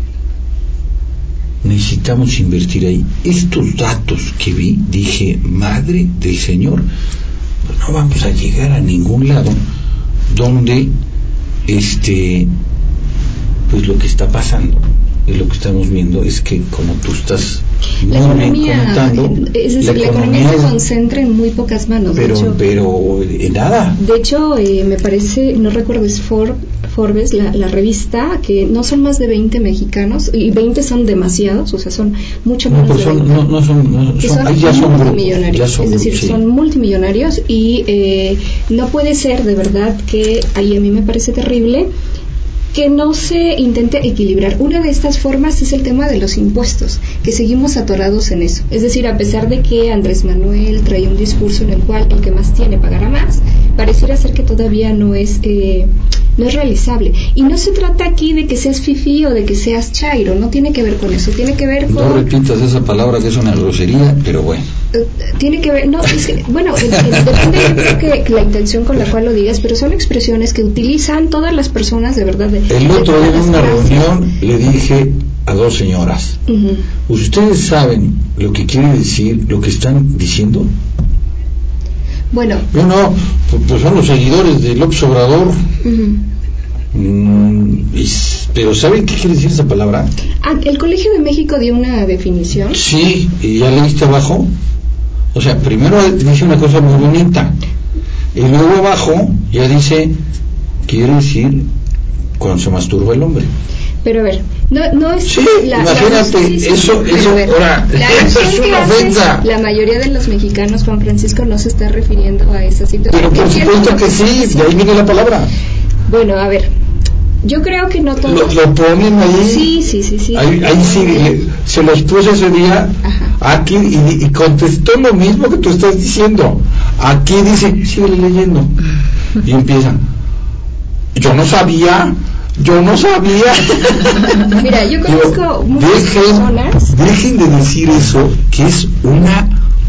Necesitamos invertir ahí. Estos datos que vi, dije, madre del Señor, pues no vamos a llegar a ningún lado donde este pues lo que está pasando y lo que estamos viendo es que, como tú estás la muy economía, bien comentando, es decir, la, la economía, economía se es, concentra en muy pocas manos. pero, de hecho, pero en nada. De hecho, eh, me parece, no recuerdo, es For, Forbes, la, la revista, que no son más de veinte mexicanos, y veinte son demasiados, o sea, son mucho No, menos pero de son, veinte. no, no son, no, Que son, son ahí ya son multimillonarios, grupos, ya son es decir, grupos, sí. son multimillonarios y eh, no puede ser de verdad que, ahí a mí me parece terrible, que no se intente equilibrar. Una de estas formas es el tema de los impuestos, que seguimos atorados en eso. Es decir, a pesar de que Andrés Manuel trae un discurso en el cual el que más tiene pagará más, pareciera ser que todavía no es eh, no es realizable. Y no se trata aquí de que seas fifí o de que seas chairo, no tiene que ver con eso, tiene que ver con... No repitas esa palabra, que es una grosería, pero bueno. Eh, tiene que ver, no, es que, bueno, el, el, depende, yo creo que, que la intención con la cual lo digas, pero son expresiones que utilizan todas las personas, de verdad. De, El otro de día en una frases. reunión le dije a dos señoras, Uh-huh. ¿ustedes saben lo que quiere decir lo que están diciendo? Bueno, Yo no, pues, pues son los seguidores de López Obrador. uh-huh. Mm, y, pero ¿saben qué quiere decir esa palabra? Ah, el Colegio de México dio una definición. Sí, y ya leíste abajo. O sea, primero dice una cosa muy bonita, y luego abajo ya dice, quiere decir cuando se masturba el hombre. Pero a ver, no, no es... Sí, imagínate, sí, sí, eso- pero eso- a ver, ahora, la eso alusión es que una hace ofensa. la mayoría de los mexicanos, Juan Francisco, no se está refiriendo a esa situación. Pero por Entiendo supuesto lo que sí, estás de ahí viene la palabra. Bueno, a ver, yo creo que no Lo, todos... lo ponen ahí. Sí, sí, sí, sí. Ahí, ahí sí, le- se los puse ese día Ajá. aquí y, y contestó lo mismo que tú estás diciendo. Aquí dice, sigue leyendo. Y empieza, yo no sabía, yo no sabía. Mira, yo conozco Digo, muchas dejen, personas... dejen de decir eso, que es una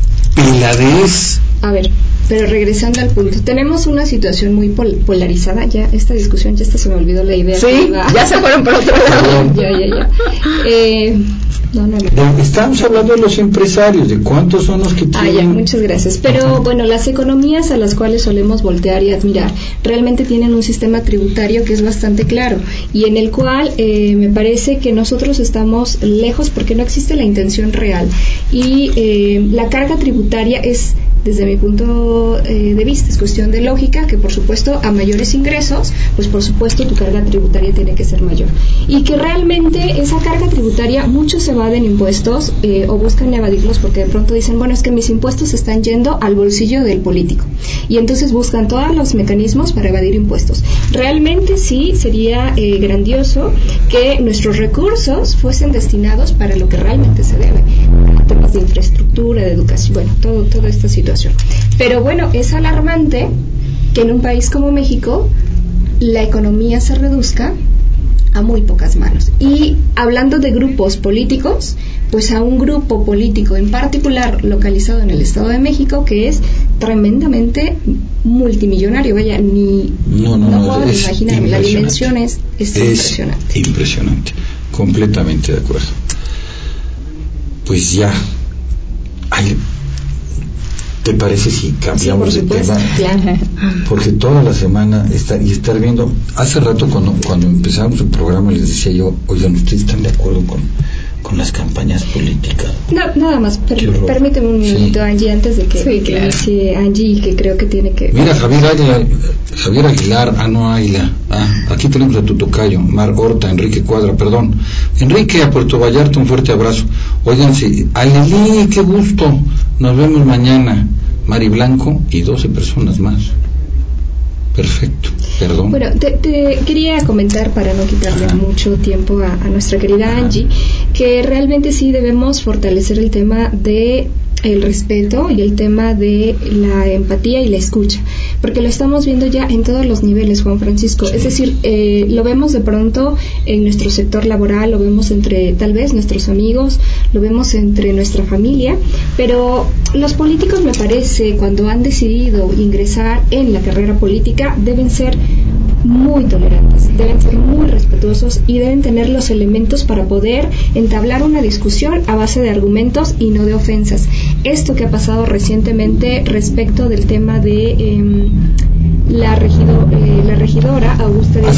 peladez. A ver, pero regresando al punto, tenemos una situación muy pol- polarizada. Ya esta discusión, ya hasta se me olvidó la idea. Sí, que iba- ya se fueron por otro lado. ya, ya, ya. Eh, no, no, no. De- estamos hablando de los empresarios, de cuántos son los que Ah, tienen. ya, muchas gracias. Pero bueno, las economías a las cuales solemos voltear y admirar realmente tienen un sistema tributario que es bastante claro y en el cual eh, me parece que nosotros estamos lejos porque no existe la intención real y eh, la carga tributaria es, desde mi punto eh, de vista, es cuestión de lógica, que por supuesto a mayores ingresos, pues por supuesto tu carga tributaria tiene que ser mayor. Y que realmente esa carga tributaria, muchos evaden impuestos eh, o buscan evadirlos porque de pronto dicen, bueno, es que mis impuestos están yendo al bolsillo del político. Y entonces buscan todos los mecanismos para evadir impuestos. Realmente sí sería eh, grandioso que nuestros recursos fuesen destinados para lo que realmente se debe. Temas de infraestructura, de educación, bueno, todo, toda esta situación. Pero bueno, es alarmante que en un país como México la economía se reduzca a muy pocas manos. Y hablando de grupos políticos, pues a un grupo político en particular localizado en el Estado de México que es tremendamente multimillonario. Vaya, ni No, no, no, puedo es imaginarme. La impresionante. dimensión es, es, Es impresionante. impresionante, completamente de acuerdo. Pues ya, ay, ¿te parece si cambiamos Sí, de por tema? supuesto, claro. Porque toda la semana está, y estar viendo, hace rato cuando, cuando empezamos el programa les decía yo, oigan, ¿ustedes están de acuerdo con, con las campañas políticas? No, nada más, per- Qué horror. permíteme un Sí. minuto, Angie, antes de que, Sí, que claro. inicie Angie, que creo que tiene que... Mira, Javier Aguilar, Javier Aguilar, ah, no, Águila, ah, aquí tenemos a tu tocayo, Mar Horta, Enrique Cuadra, perdón. Enrique, a Puerto Vallarta, un fuerte abrazo. Oigan, sí, Alelí, qué gusto, nos vemos mañana. Mari Blanco y doce personas más. Perfecto, perdón. Bueno, te, te quería comentar, para no quitarle Ajá. mucho tiempo a, a nuestra querida Angie, que realmente sí debemos fortalecer el tema de el respeto y el tema de la empatía y la escucha, porque lo estamos viendo ya en todos los niveles, Juan Francisco. Sí. Es decir, eh, lo vemos de pronto en nuestro sector laboral, lo vemos entre tal vez nuestros amigos, lo vemos entre nuestra familia, pero los políticos, me parece, cuando han decidido ingresar en la carrera política, deben ser muy tolerantes, deben ser muy respetuosos y deben tener los elementos para poder entablar una discusión a base de argumentos y no de ofensas. Esto que ha pasado recientemente respecto del tema de eh, la, regido, eh, la regidora Augusta Díaz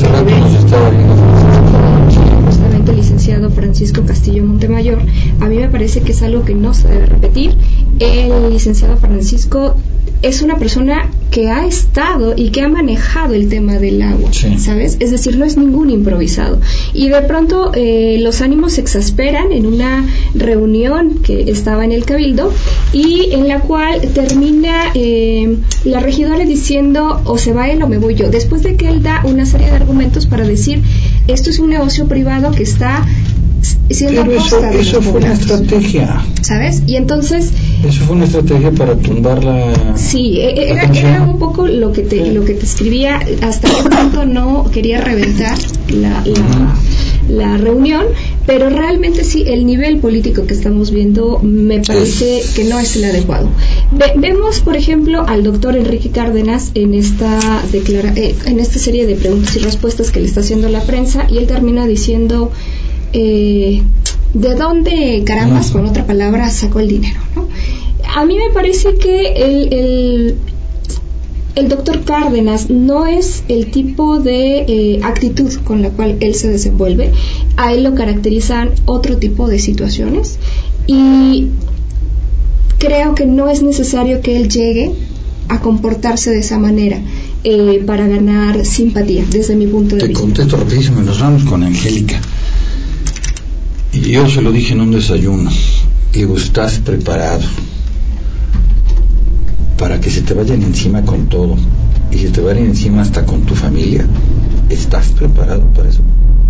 justamente el licenciado Francisco Castillo Montemayor, a mí me parece que es algo que no se debe repetir. El licenciado Francisco es una persona que ha estado y que ha manejado el tema del agua, sí. ¿sabes? Es decir, no es ningún improvisado. Y de pronto eh, los ánimos se exasperan en una reunión que estaba en el Cabildo y en la cual termina eh, la regidora diciendo o se va él o me voy yo, después de que él da una serie de argumentos para decir esto es un negocio privado que está siendo Pero eso, eso fue una estrategia, ¿sabes? Y entonces eso fue una estrategia para tumbar la sí era, era un poco lo que te lo que te escribía, hasta qué punto no quería reventar la, la, la reunión, pero realmente sí el nivel político que estamos viendo me parece que no es el adecuado. Ve, vemos por ejemplo al doctor Enrique Cárdenas en esta declara, eh, en esta serie de preguntas y respuestas que le está haciendo la prensa, y él termina diciendo Eh, ¿de dónde carambas, con otra palabra, sacó el dinero, ¿no? A mí me parece que el, el, el doctor Cárdenas no es el tipo de eh, actitud con la cual él se desenvuelve. A él lo caracterizan otro tipo de situaciones y creo que no es necesario que él llegue a comportarse de esa manera eh, para ganar simpatía, desde mi punto de Te vista. Te contesto rapidísimo, nos vamos con Angélica. Y yo se lo dije en un desayuno, digo, estás preparado para que se te vayan encima con todo y se te vayan encima hasta con tu familia. ¿Estás preparado para eso?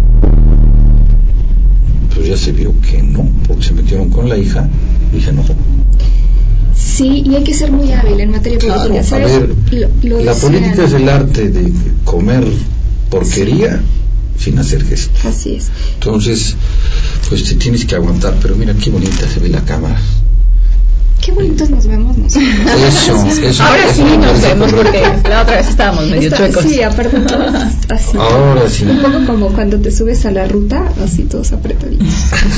Pues ya se vio que no, porque se metieron con la hija y se enojó. Sí, y hay que ser muy hábil en materia política. Claro, ¿sabes? a ver, lo, lo la decían. política es el arte de comer porquería sin hacer gestos. Así es. Entonces, pues te tienes que aguantar, pero mira qué bonita se ve la cámara. Qué bonitos nos vemos nosotros. Eso, eso. Ahora sí eso nos vemos porque correcto. la otra vez estábamos medio Está, chuecos. sí, aparte todos así. Ahora sí. Un poco como cuando te subes a la ruta, así todos apretaditos.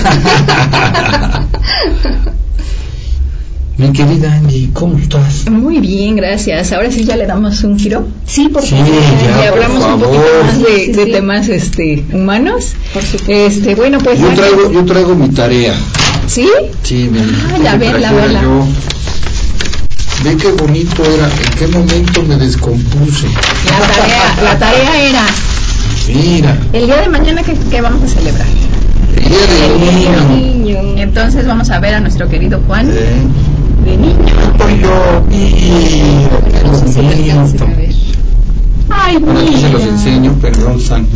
Mi querida Angie, ¿cómo estás? Muy bien, gracias. Ahora sí ya le damos un giro. Sí, por Sí, favor. ya, Y hablamos por un poquito favor. más de, Sí, sí, de sí. temas este humanos. Por supuesto. Este, bueno, pues Yo traigo, yo traigo mi tarea. ¿sí? Sí, mi Ah, la verla, verla. yo. Ve qué bonito era, en qué momento me descompuse. La tarea, la tarea era Mira, el día de mañana que, que vamos a celebrar. el día del niño. Niño. Entonces vamos a ver a nuestro querido Juan Eh, de niño. Soy yo, mira, No sé si lo qué alcancen a bonito. ver. Ay, Ahora sí se los mira. enseño, perdón, San.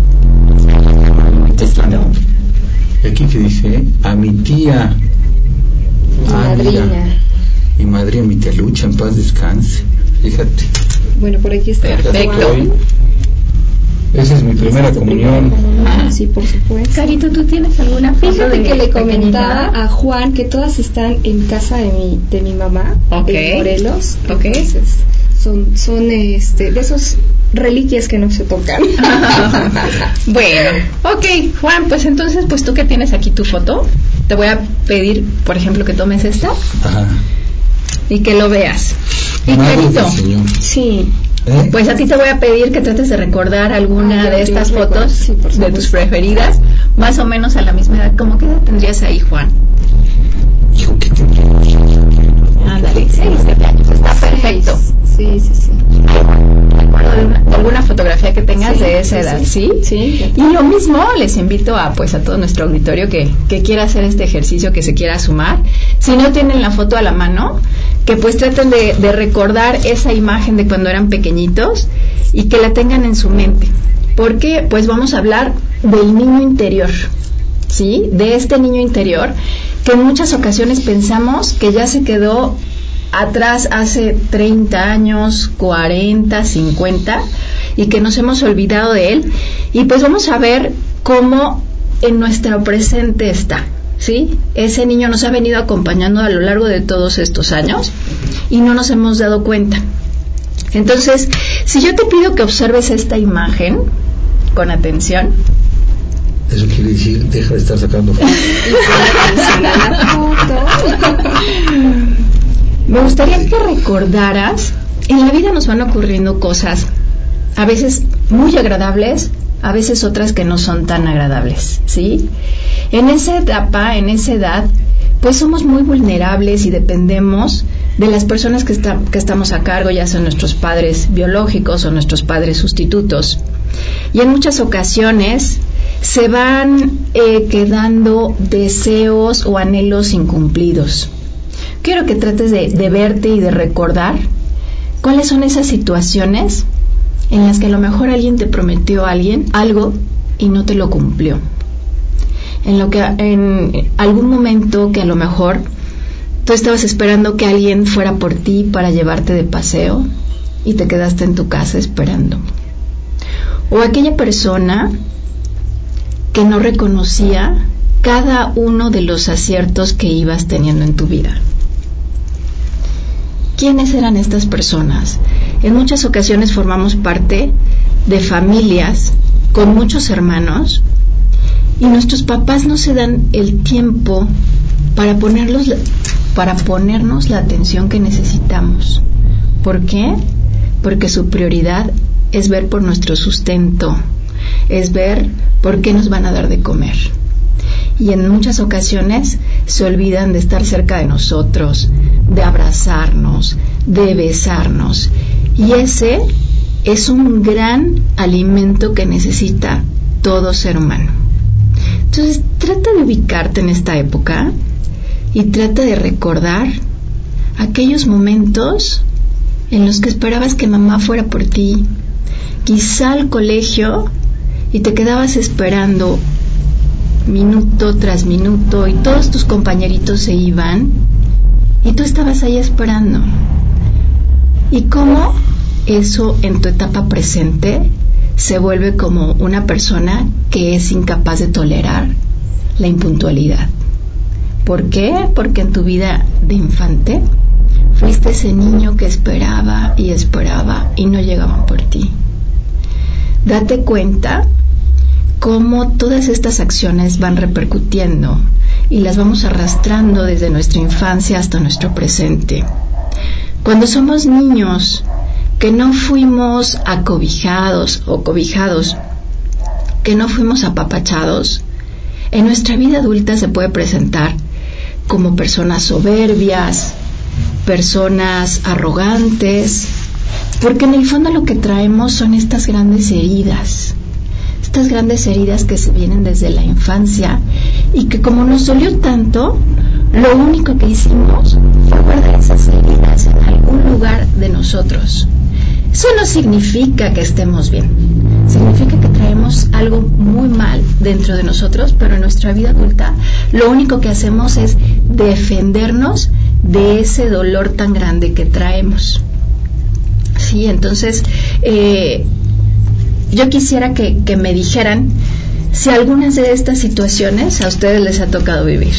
Y aquí que dice, a mi tía. Ah, mira. Madrina. Mi madre, mi tía Lucha, en paz descanse. Fíjate. Bueno, por aquí está Perfecto. Juan. Esa es mi primera ¿Esa es tu comunión. primera comunión? Sí, por supuesto. Carito, ¿tú tienes alguna foto Fíjate de que le pequeñita? comentaba a Juan que todas están en casa de mi de mi mamá, Ok. en Morelos. Ok. Entonces, son son este de esos reliquias que no se tocan. Bueno, ok, Juan, pues entonces, pues tú que tienes aquí tu foto, te voy a pedir, por ejemplo, que tomes esta Ajá. y que lo veas. Y Madre del Carito, Señor. Sí. ¿Eh? pues a ti te voy a pedir que trates de recordar alguna Ah, yo- de yo estas recuerdo, fotos sí, por de supuesto. tus preferidas, más o menos a la misma edad. ¿Cómo qué edad tendrías ahí, Juan? Hijo, ¿qué te Ándale, seis, siete años, está perfecto. Sí, sí, sí. ¿Alguna, alguna fotografía que tengas Sí, de esa sí, edad, sí. sí? Sí. Y lo mismo les invito a pues a todo nuestro auditorio que, que quiera hacer este ejercicio, que se quiera sumar. Si no tienen la foto a la mano, que que pues traten de, de recordar esa imagen de cuando eran pequeñitos y que la tengan en su mente, porque pues vamos a hablar del niño interior, ¿sí? De este niño interior que en muchas ocasiones pensamos que ya se quedó atrás hace treinta años, cuarenta, cincuenta, y que nos hemos olvidado de él, y pues vamos a ver cómo en nuestro presente está, ¿sí? Ese niño nos ha venido acompañando a lo largo de todos estos años y no nos hemos dado cuenta. Entonces, si yo te pido que observes esta imagen con atención. Eso quiere decir, deja de estar sacando fotos. Me gustaría que recordaras, en la vida nos van ocurriendo cosas, a veces muy agradables, a veces otras que no son tan agradables, ¿sí? En esa etapa, en esa edad, pues somos muy vulnerables y dependemos de las personas que, está, que estamos a cargo, ya sean nuestros padres biológicos o nuestros padres sustitutos. Y en muchas ocasiones se van eh, quedando deseos o anhelos incumplidos. Quiero que trates de, de verte y de recordar cuáles son esas situaciones en las que a lo mejor alguien te prometió a alguien algo y no te lo cumplió. En lo que en algún momento que a lo mejor tú estabas esperando que alguien fuera por ti para llevarte de paseo y te quedaste en tu casa esperando. O aquella persona que no reconocía cada uno de los aciertos que ibas teniendo en tu vida. ¿Quiénes eran estas personas? En muchas ocasiones formamos parte de familias con muchos hermanos y nuestros papás no se dan el tiempo para ponerlos, para ponernos la atención que necesitamos. ¿Por qué? Porque su prioridad es ver por nuestro sustento, es ver por qué nos van a dar de comer. Y en muchas ocasiones se olvidan de estar cerca de nosotros, de abrazarnos, de besarnos. Y ese es un gran alimento que necesita todo ser humano. Entonces, trata de ubicarte en esta época y trata de recordar aquellos momentos en los que esperabas que mamá fuera por ti, quizá al colegio, y te quedabas esperando minuto tras minuto y todos tus compañeritos se iban y tú estabas ahí esperando. Y cómo eso en tu etapa presente se vuelve como una persona que es incapaz de tolerar la impuntualidad. ¿Por qué? Porque en tu vida de infante fuiste ese niño que esperaba y esperaba y no llegaban por ti. Date cuenta cómo todas estas acciones van repercutiendo y las vamos arrastrando desde nuestra infancia hasta nuestro presente. Cuando somos niños que no fuimos acobijados o cobijados, que no fuimos apapachados, en nuestra vida adulta se puede presentar como personas soberbias, personas arrogantes, porque en el fondo lo que traemos son estas grandes heridas, estas grandes heridas que se vienen desde la infancia y que como nos dolió tanto, lo único que hicimos fue guardar esas heridas en algún lugar de nosotros. Eso no significa que estemos bien, significa que traemos algo muy mal dentro de nosotros, pero en nuestra vida adulta lo único que hacemos es defendernos de ese dolor tan grande que traemos. Sí, entonces eh, yo quisiera que, que me dijeran si algunas de estas situaciones a ustedes les ha tocado vivir.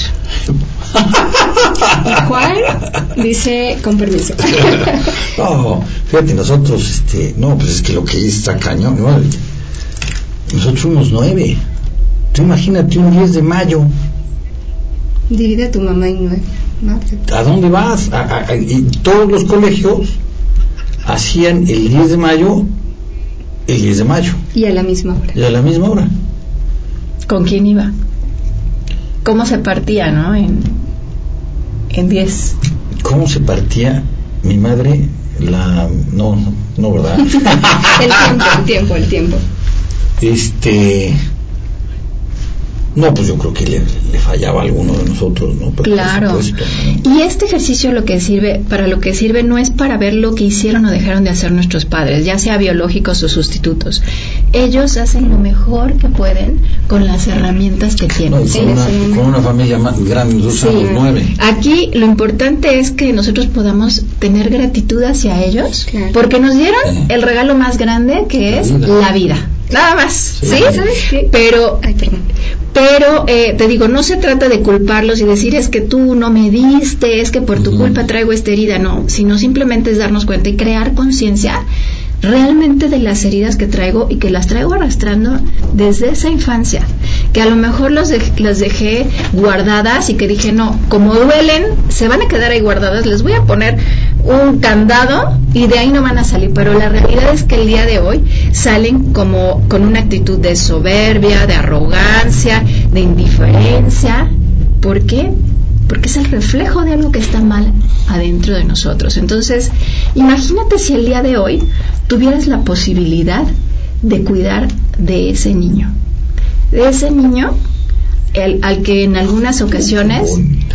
Y Juan dice con permiso. No, fíjate, nosotros, este, no, pues es que lo que está cañón, ¿no? Nosotros fuimos nueve. Tú imagínate un diez de mayo. Divide a tu mamá en nueve. Madre. ¿A dónde vas? A, a, y todos los colegios hacían el diez de mayo, el diez de mayo. Y a la misma hora. Y a la misma hora. ¿Con quién iba? ¿Cómo se partía, no? En, en diez. ¿Cómo se partía? Mi madre, la... No, no, no, ¿verdad? El tiempo, el tiempo, el tiempo. Este... No, pues yo creo que le, le fallaba a alguno de nosotros, ¿no? Pero claro. Por supuesto, ¿no? Y este ejercicio lo que sirve, para lo que sirve no es para ver lo que hicieron o dejaron de hacer nuestros padres, ya sea biológicos o sustitutos. Ellos hacen lo mejor que pueden con las herramientas que tienen. No, y con, una, con una familia más grande, nosotros sí. somos nueve. Aquí lo importante es que nosotros podamos tener gratitud hacia ellos, claro. porque nos dieron Sí. el regalo más grande que La es vida. la vida. Nada más, ¿sí? Sí. ¿Sabes qué? Pero, Ay, perdón. pero eh, te digo, no se trata de culparlos y decir es que tú no me diste, es que por tu Ujú. culpa traigo esta herida, no, sino simplemente es darnos cuenta y crear conciencia realmente de las heridas que traigo y que las traigo arrastrando desde esa infancia, que a lo mejor los de, las dejé guardadas y que dije, no, como duelen, se van a quedar ahí guardadas, les voy a poner un candado y de ahí no van a salir, pero la realidad es que el día de hoy salen como con una actitud de soberbia, de arrogancia, de indiferencia. ¿Por qué? Porque es el reflejo de algo que está mal adentro de nosotros. Entonces, imagínate si el día de hoy tuvieras la posibilidad de cuidar de ese niño, de ese niño el, al que en algunas ocasiones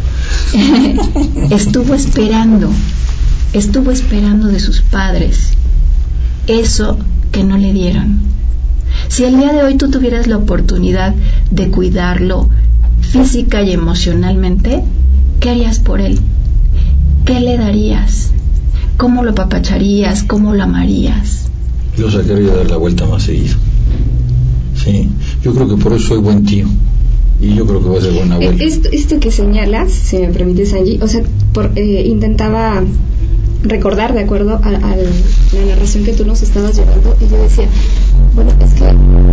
estuvo esperando, estuvo esperando de sus padres eso que no le dieron. Si el día de hoy tú tuvieras la oportunidad de cuidarlo física y emocionalmente, ¿qué harías por él? ¿Qué le darías? ¿Cómo lo apapacharías? ¿Cómo lo amarías? Lo sacaría a dar la vuelta más seguido. Sí, yo creo que por eso soy buen tío. Y yo creo que va a ser buen abuelo. Esto, esto que señalas, si me permites, Angie, o sea, por, eh, intentaba recordar de acuerdo a, a la narración que tú nos estabas llevando, y yo decía, bueno, es que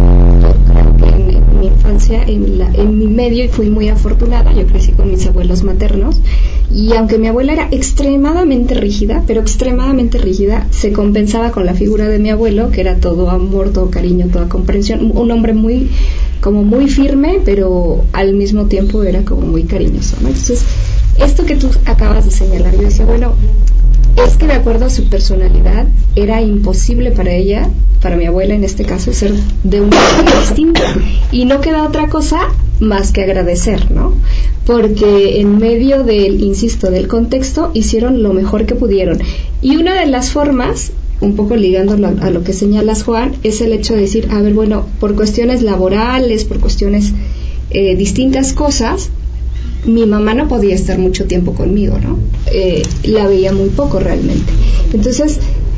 yo creo que en, en mi infancia, en, la, en mi medio, fui muy afortunada. Yo crecí con mis abuelos maternos, y aunque mi abuela era extremadamente rígida, pero extremadamente rígida, se compensaba con la figura de mi abuelo, que era todo amor, todo cariño, toda comprensión, un hombre muy, como muy firme, pero al mismo tiempo era como muy cariñoso, ¿no? Entonces, esto que tú acabas de señalar, yo decía, bueno, es que de acuerdo a su personalidad era imposible para ella, para mi abuela en este caso, ser de una manera distinta, y no queda otra cosa más que agradecer, ¿no? Porque en medio del, insisto, del contexto, hicieron lo mejor que pudieron. Y una de las formas, un poco ligándolo a, a lo que señalas, Juan, es el hecho de decir, a ver, bueno, por cuestiones laborales, por cuestiones eh, distintas cosas, mi mamá no podía estar mucho tiempo conmigo, ¿no? Eh, la veía muy poco realmente. Entonces,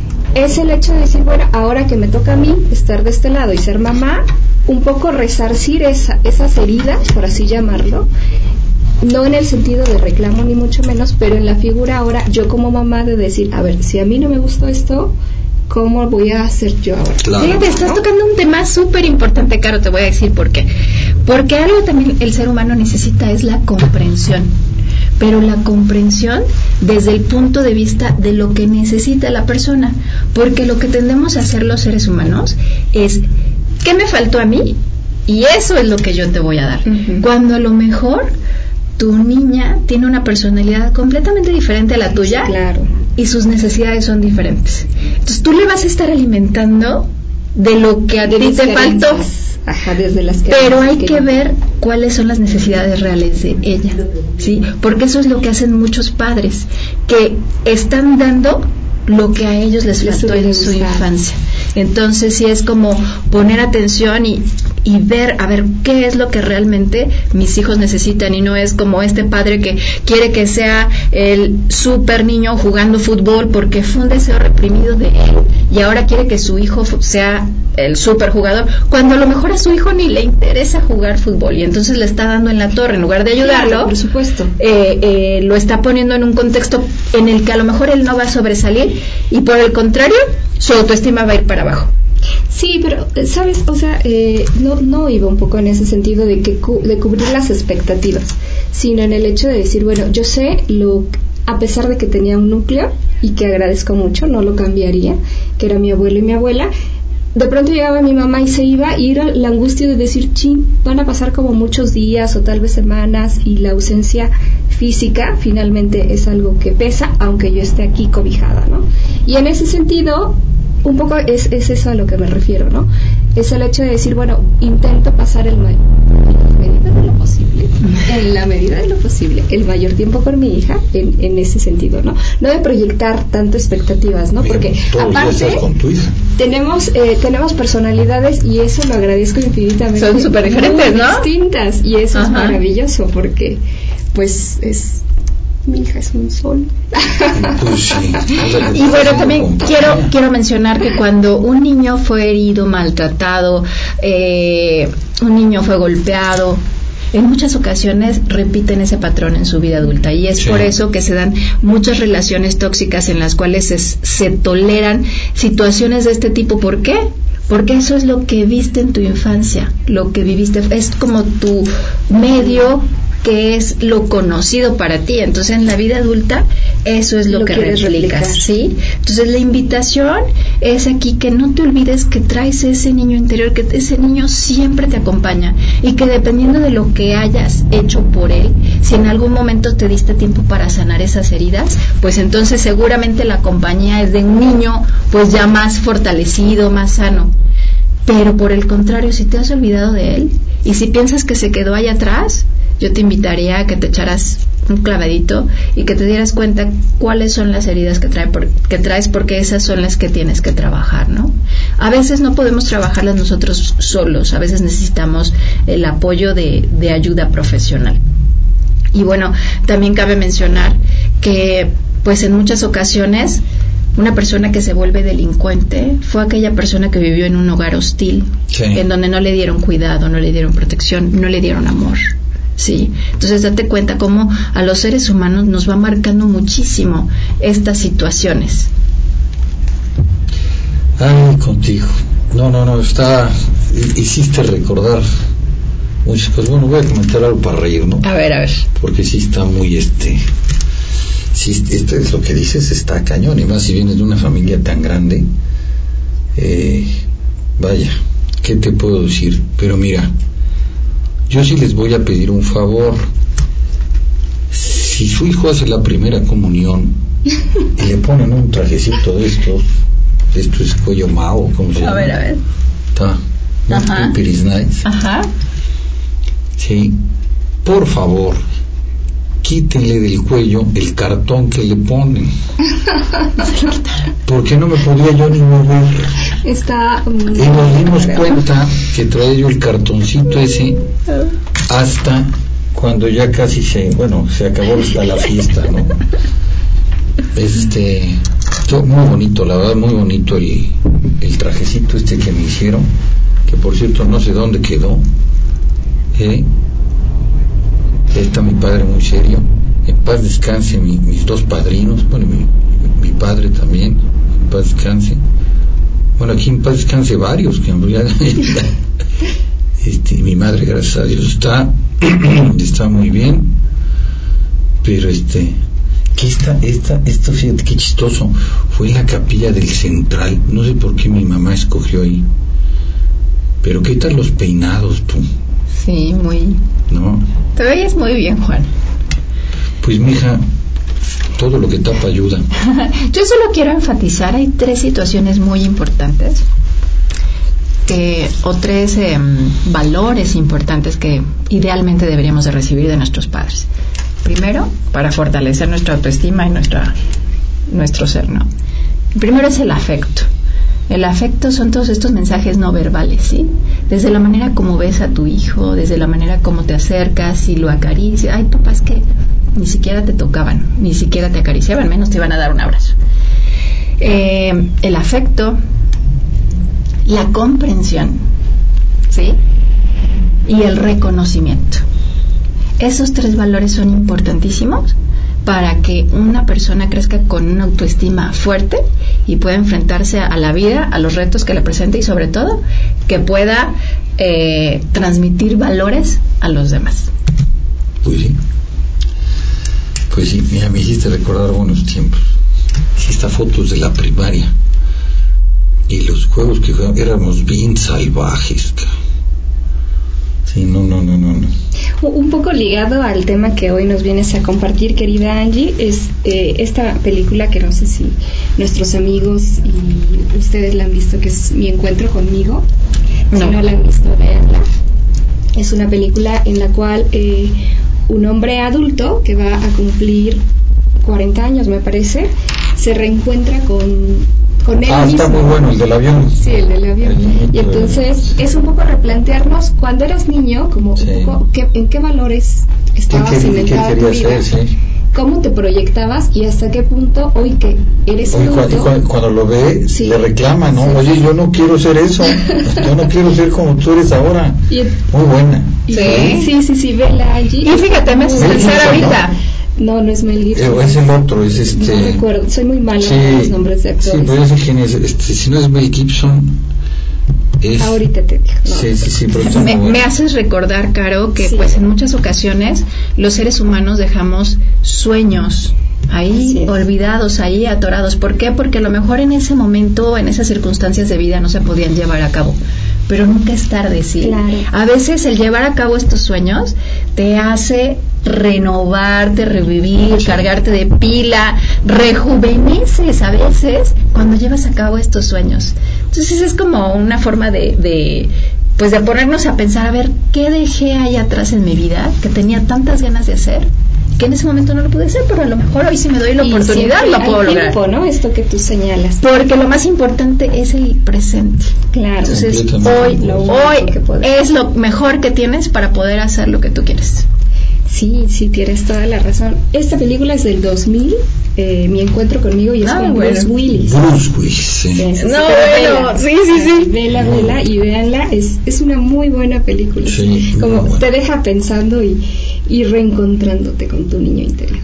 es el hecho de decir, bueno, ahora que me toca a mí estar de este lado y ser mamá, un poco resarcir esa, esas heridas, por así llamarlo, no en el sentido de reclamo ni mucho menos, pero en la figura ahora, yo como mamá, de decir, a ver, si a mí no me gustó esto, ¿cómo voy a hacer yo ahora? Claro. Fíjate, estás tocando un tema súper importante, Caro, te voy a decir por qué. Porque algo también el ser humano necesita es la comprensión, pero la comprensión desde el punto de vista de lo que necesita la persona, porque lo que tendemos a hacer los seres humanos es, ¿qué me faltó a mí? Y eso es lo que yo te voy a dar. Uh-huh. Cuando a lo mejor tu niña tiene una personalidad completamente diferente a la tuya, claro, y sus necesidades son diferentes. Entonces tú le vas a estar alimentando de lo que a ti te faltó. Ajá, desde las pero hay que ver cuáles son las necesidades reales de ella, ¿sí? Porque eso es lo que hacen muchos padres, que están dando lo que a ellos les faltó en su infancia. Entonces sí es como poner atención y, y ver, a ver, qué es lo que realmente mis hijos necesitan, y no es como este padre que quiere que sea el super niño jugando fútbol porque fue un deseo reprimido de él y ahora quiere que su hijo sea el super jugador, cuando a lo mejor a su hijo ni le interesa jugar fútbol y entonces le está dando en la torre en lugar de ayudarlo. Claro, por supuesto. Eh, eh, lo está poniendo en un contexto en el que a lo mejor él no va a sobresalir y por el contrario su autoestima va a ir para abajo. Sí, pero, ¿sabes? O sea, eh, no, no iba un poco en ese sentido de que cu- de cubrir las expectativas, sino en el hecho de decir, bueno, yo sé lo, a pesar de que tenía un núcleo y que agradezco mucho, no lo cambiaría, que era mi abuelo y mi abuela. De pronto llegaba mi mamá y se iba, y era la angustia de decir, chin, van a pasar como muchos días o tal vez semanas, y la ausencia física finalmente es algo que pesa, aunque yo esté aquí cobijada, ¿no? Y en ese sentido, un poco es, es eso a lo que me refiero, ¿no? Es el hecho de decir, bueno, intento pasar el mayor medida de lo posible, en la medida de lo posible, el mayor tiempo con mi hija en, en ese sentido, ¿no? No de proyectar tanto expectativas, ¿no? Porque aparte con tu hija. tenemos eh, tenemos personalidades y eso lo agradezco infinitamente. Son súper diferentes, ¿no? Distintas, y eso Ajá. es maravilloso porque pues es mi hija es un sol. Pues sí. Y bueno, también quiero quiero mencionar que cuando un niño fue herido, maltratado, eh, un niño fue golpeado, en muchas ocasiones repiten ese patrón en su vida adulta, y es Sí. por eso que se dan muchas relaciones tóxicas en las cuales se, se toleran situaciones de este tipo. ¿Por qué? Porque eso es lo que viste en tu infancia, lo que viviste, es como tu medio, que es lo conocido para ti. Entonces en la vida adulta eso es lo, Lo que quieres replicas, replicar. ¿sí? Entonces la invitación es aquí que no te olvides que traes ese niño interior, que ese niño siempre te acompaña, y que dependiendo de lo que hayas hecho por él, si en algún momento te diste tiempo para sanar esas heridas, pues entonces seguramente la compañía es de un niño pues ya más fortalecido, más sano. Pero por el contrario, si te has olvidado de él y si piensas que se quedó ahí atrás, yo te invitaría a que te echaras un clavadito y que te dieras cuenta cuáles son las heridas que, trae por, que traes, porque esas son las que tienes que trabajar, ¿no? A veces no podemos trabajarlas nosotros solos, a veces necesitamos el apoyo de, de ayuda profesional. Y bueno, también cabe mencionar que pues en muchas ocasiones una persona que se vuelve delincuente fue aquella persona que vivió en un hogar hostil, Sí. en donde no le dieron cuidado, no le dieron protección, no le dieron amor. Sí, entonces date cuenta cómo a los seres humanos nos va marcando muchísimo estas situaciones. Ay, contigo. No, no, no, está... Hiciste recordar muchas cosas. Bueno, voy a comentar algo para reír, ¿no? A ver, a ver. Porque sí está muy, este... Sí, esto es lo que dices, está cañón. Y más si vienes de una familia tan grande. Eh, vaya, ¿qué te puedo decir? Pero mira, yo sí les voy a pedir un favor. Si su hijo hace la primera comunión y le ponen un trajecito de estos, esto es cuello Mao, ¿cómo se llama? A ver, a ver. Está, Ajá. Piper is nice. Ajá. Sí, por favor, quítenle del cuello el cartón que le ponen. Porque no me podía yo ni mover. Está um, Y nos dimos cuenta que traía yo el cartoncito ese hasta cuando ya casi se, bueno, se acabó hasta la fiesta, ¿no? Este, todo muy bonito, la verdad, muy bonito el, el trajecito este que me hicieron, que por cierto no sé dónde quedó. ¿Eh? Está mi padre muy serio. En paz descanse mi, mis dos padrinos, bueno, mi, mi padre también, en paz descanse. Bueno, aquí en paz descanse varios, que en realidad, este, mi madre, gracias a Dios, está, está muy bien, pero este, que esta, esta, esto, fíjate qué chistoso, fue en la capilla del Central, no sé por qué mi mamá escogió ahí, pero qué tal los peinados, tú, Sí, muy... ¿no? Te veías muy bien, Juan. Pues mija, todo lo que tapa ayuda. Yo solo quiero enfatizar, hay tres situaciones muy importantes que, o tres eh, valores importantes que idealmente deberíamos de recibir de nuestros padres. Primero, para fortalecer nuestra autoestima y nuestra, nuestro ser, ¿no? El primero es el afecto. El afecto son todos estos mensajes no verbales, ¿sí? Desde la manera como ves a tu hijo, desde la manera como te acercas y lo acaricias. Hay papás que ni siquiera te tocaban, ni siquiera te acariciaban, menos te iban a dar un abrazo. Eh, el afecto, la comprensión, ¿sí? Y el reconocimiento. Esos tres valores son importantísimos para que una persona crezca con una autoestima fuerte y pueda enfrentarse a la vida, a los retos que le presenta, y sobre todo que pueda eh, transmitir valores a los demás. Pues sí. Pues sí, mira, me hiciste recordar buenos tiempos. Sí, estas fotos de la primaria y los juegos que jugábamos, éramos bien salvajes. Sí, no, no, no, no, no. Un poco ligado al tema que hoy nos vienes a compartir, querida Angie, es eh, esta película que no sé si nuestros amigos y ustedes la han visto, que es Mi Encuentro Conmigo. No. Si no la han visto, véanla. Es una película en la cual eh, un hombre adulto que va a cumplir cuarenta años, me parece, se reencuentra con, con él Ah, mismo. está muy bueno, el del avión. Sí, el del avión. El- Y entonces es un poco replantearnos cuando eras niño, como Sí. un poco qué, en qué valores ¿Qué, estaba quería- qué cimentada tu querías vida, ser? Sí. cómo te proyectabas y hasta qué punto hoy que eres Oye, cu- adulto. y cu- cuando lo ve, Sí. le reclama, ¿no? Sí. Oye, yo no quiero ser eso. Yo no quiero ser como tú eres ahora. Y, Muy buena. y- Sí. sí, sí, sí, vela, Angie. Y fíjate, me haces Mel pensar Gibson, ahorita. No, no es Mel Eh, Gibson. es el otro, es este. No recuerdo, soy muy mala Sí, con los nombres de sí, actores. pero ese quién es. Este, si no es Mel Gibson, es. Ahorita te digo. No. Sí, sí, sí, pero está Me, muy me bueno. haces recordar, Caro, que Sí. pues en muchas ocasiones los seres humanos dejamos sueños ahí Así es. olvidados, ahí atorados. ¿Por qué? Porque a lo mejor en ese momento, en esas circunstancias de vida no se podían llevar a cabo. Pero nunca es tarde, ¿sí? Claro. A veces el llevar a cabo estos sueños te hace renovarte, revivir, cargarte de pila, rejuveneces a veces cuando llevas a cabo estos sueños. Entonces es como una forma de, de pues de ponernos a pensar, a ver, ¿qué dejé ahí atrás en mi vida que tenía tantas ganas de hacer? Que en ese momento no lo pude hacer, pero a lo mejor hoy si me doy la Y oportunidad siempre lo puedo hay lograr. tiempo, ¿no? Esto que tú señalas. Porque lo más importante es el presente. Claro. Entonces, Completamente. hoy, Lo único hoy que podemos. es lo mejor que tienes para poder hacer lo que tú quieres. Sí, sí, tienes toda la razón. Esta película es del dos mil, eh, Mi encuentro conmigo, y es Ah, con bueno. Bruce Willis. Bruce Willis, sí. Sí, sí, No, pero bueno, vela. sí, sí, sí. Vela, vela y véanla. Es, es una muy buena película. Sí, muy Como buena. te deja pensando y, y reencontrándote con tu niño interior.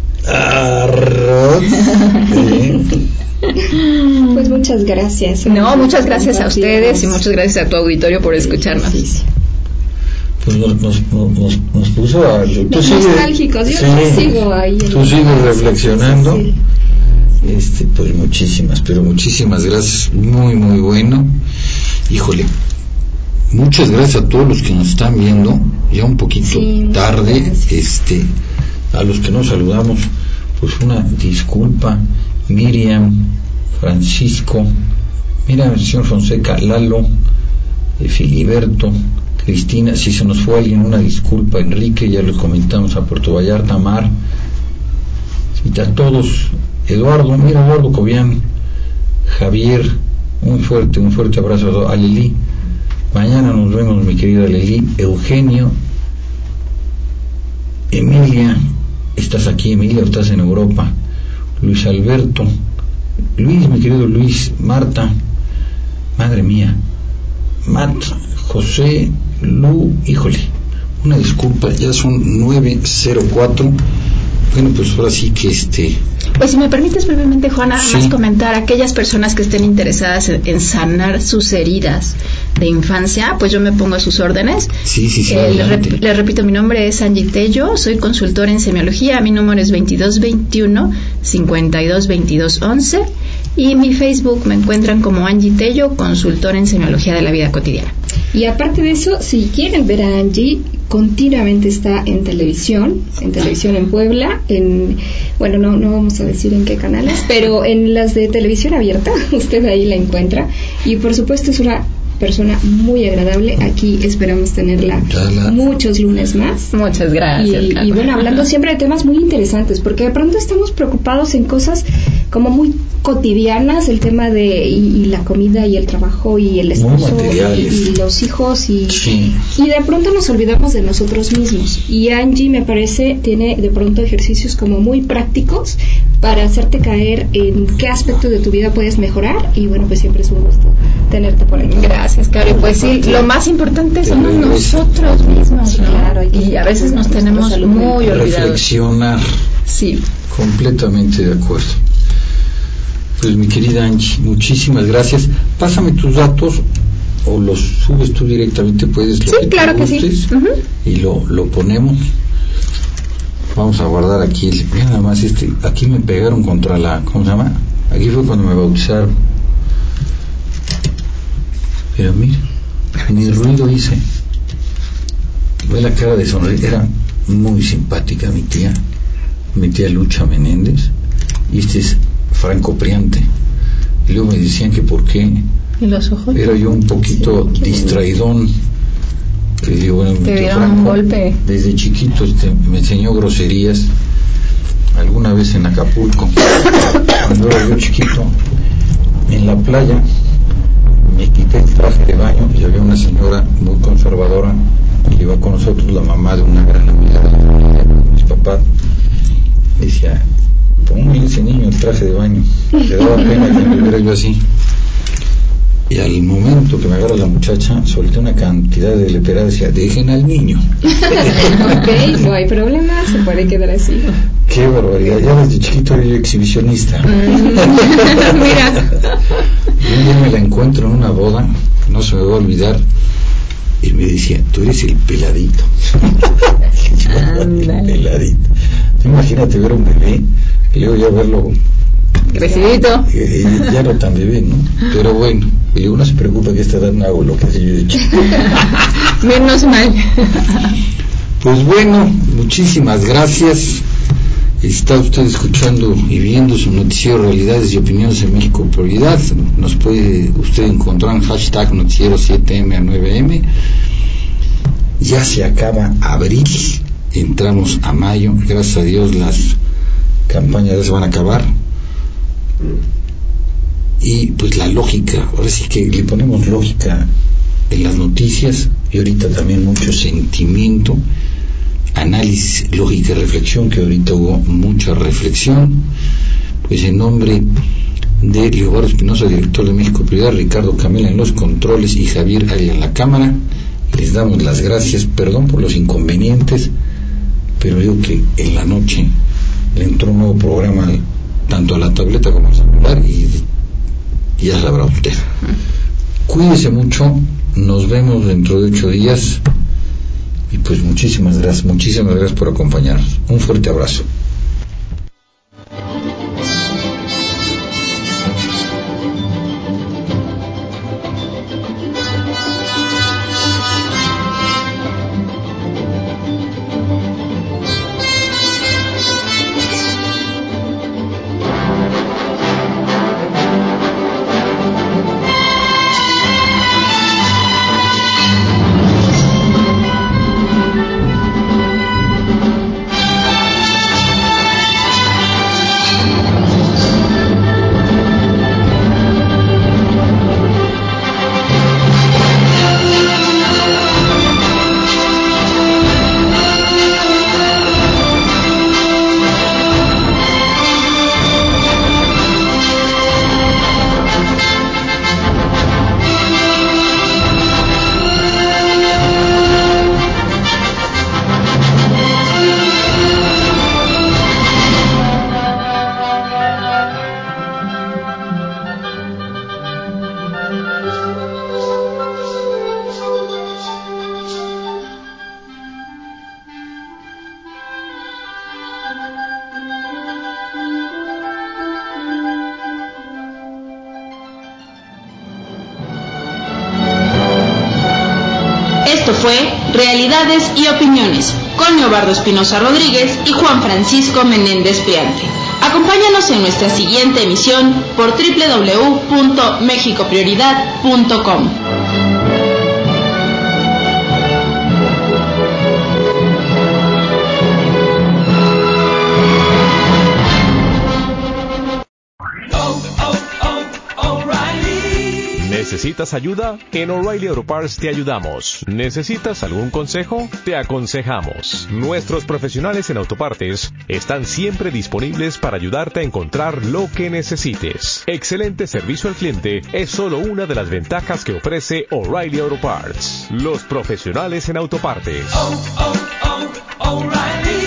Arroz. Sí. Pues muchas gracias. No, muchas gracias a Compartirnos. ustedes y muchas gracias a tu auditorio por escucharnos. Sí, sí. Pues nos, nos, nos, nos puso a... Tú Los sigues- nostálgicos, yo sí, yo sigo ahí. en- Tú sigues reflexionando. Sí, Este, pues muchísimas, pero muchísimas gracias. Muy, muy bueno. Híjole. Muchas gracias a todos los que nos están viendo. Ya un poquito Sí, muchas tarde. gracias. Este, a los que nos saludamos, pues una disculpa. Miriam, Francisco, Miriam, el señor Fonseca, Lalo, eh, Filiberto, Cristina, si se nos fue alguien, una disculpa. Enrique, ya los comentamos, a Puerto Vallarta, Mar, y a todos. Eduardo, mira, Eduardo Cobian, Javier, un fuerte, un fuerte abrazo a Lili. Mañana nos vemos, mi querida Lili. Eugenio, Emilia, estás aquí, Emilia, o estás en Europa. Luis Alberto, Luis, mi querido Luis, Marta, madre mía, Matt, José, Lu, híjole, una disculpa, ya son nueve cero cuatro. Bueno, pues ahora sí que este... Pues si me permites brevemente, Juana, Sí. más comentar a aquellas personas que estén interesadas en, en sanar sus heridas de infancia, pues yo me pongo a sus órdenes. Sí, sí, sí, Eh, le, adelante. rep- le repito, mi nombre es Angie Tello, soy consultora en semiología, mi número es veintidós veintiuno cincuenta y dos veintidós once y mi Facebook me encuentran como Angie Tello, consultora en semiología de la vida cotidiana. Y aparte de eso, si quieren ver a Angie, continuamente está en televisión, en televisión en Puebla, en, bueno, no, no vamos a decir en qué canales, pero en las de televisión abierta, usted ahí la encuentra. Y por supuesto es una persona muy agradable. Aquí esperamos tenerla Hola. muchos lunes más. Muchas gracias. Y, y bueno, hablando siempre de temas muy interesantes, porque de pronto estamos preocupados en cosas como muy cotidianas, el tema de y, y la comida y el trabajo y el Muy esposo materiales. y, y los hijos y, Sí. y de pronto nos olvidamos de nosotros mismos. Y Angie, me parece, tiene de pronto ejercicios como muy prácticos para hacerte caer en qué aspecto de tu vida puedes mejorar. Y bueno, pues siempre es un gusto tenerte por aquí. Gracias, Cari. Pues sí, lo más importante Te somos regresa. nosotros mismos, ¿no? Claro, hay que Y a veces nos cuidar tenemos nuestra salud muy mental. olvidados. Reflexionar. Sí. Completamente de acuerdo. Pues mi querida Angie, muchísimas gracias. Pásame tus datos o los subes tú directamente, puedes. Lo Sí, que claro te que sí. gustes, Ujú. Y lo, lo ponemos. Vamos a guardar aquí. el- Mira nada más este. Aquí me pegaron contra la. ¿Cómo se llama? Aquí fue cuando me bautizaron. Pero mira, ni ruido hice. Ve la cara de sonreír. Era muy simpática mi tía. Mi tía Lucha Menéndez. Y este es Franco Priante. Y luego me decían que por qué ¿Y los ojos? era yo un poquito distraidón. Que digo, bueno, Te tío dieron Franco, un golpe. desde chiquito este, me enseñó groserías. Alguna vez en Acapulco, cuando era yo chiquito, en la playa, me quité el traje de baño y había una señora muy conservadora que iba con nosotros, la mamá de una gran amiga de la familia, mis papás. Decía, ponme ese niño el traje de baño. Le daba pena que me viera yo así. Y al momento que me agarra la muchacha, solté una cantidad de leteradas, decía, dejen al niño. Ok, no hay problema, se puede quedar así. Qué barbaridad, ya desde chiquito era yo exhibicionista. Mira. Y un día me la encuentro en una boda, no se me va a olvidar, y me decía, tú eres el peladito. El peladito. Imagínate ver a un bebé, y luego ya verlo Crecidito. eh, ya no tan bebé, ¿no? Pero bueno, y luego no se preocupa que a esta edad no hago lo que yo he hecho. Menos mal. Pues bueno, muchísimas gracias. Está usted escuchando y viendo su noticiero Realidades y Opiniones en México Prioridad. Nos puede usted encontrar en hashtag noticiero siete eme a nueve eme. Ya se acaba abril, entramos a mayo. Gracias a Dios las campañas ya se van a acabar. Y pues la lógica, ahora sí que le ponemos lógica en las noticias y ahorita también mucho sentimiento, análisis, lógica y reflexión, que ahorita hubo mucha reflexión. Pues en nombre de Leobardo Espinosa, director de México Prioridad, Ricardo Camela en los controles y Javier Arias en la cámara, les damos las gracias, perdón por los inconvenientes, pero digo que en la noche le entró un nuevo programa tanto a la tableta como al celular y, y ya sabrá usted. Cuídese mucho, nos vemos dentro de ocho días. Y pues muchísimas gracias, muchísimas gracias por acompañarnos. Un fuerte abrazo. Esto fue Realidades y Opiniones con Leobardo Espinosa Rodríguez y Juan Francisco Menéndez Priante. Acompáñanos en nuestra siguiente emisión por doble u doble u doble u punto mexico prioridad punto com. ¿Necesitas ayuda? En O'Reilly Auto Parts te ayudamos. ¿Necesitas algún consejo? Te aconsejamos. Nuestros profesionales en autopartes están siempre disponibles para ayudarte a encontrar lo que necesites. Excelente servicio al cliente es solo una de las ventajas que ofrece O'Reilly Auto Parts. Los profesionales en autopartes. Oh, oh, oh, O'Reilly.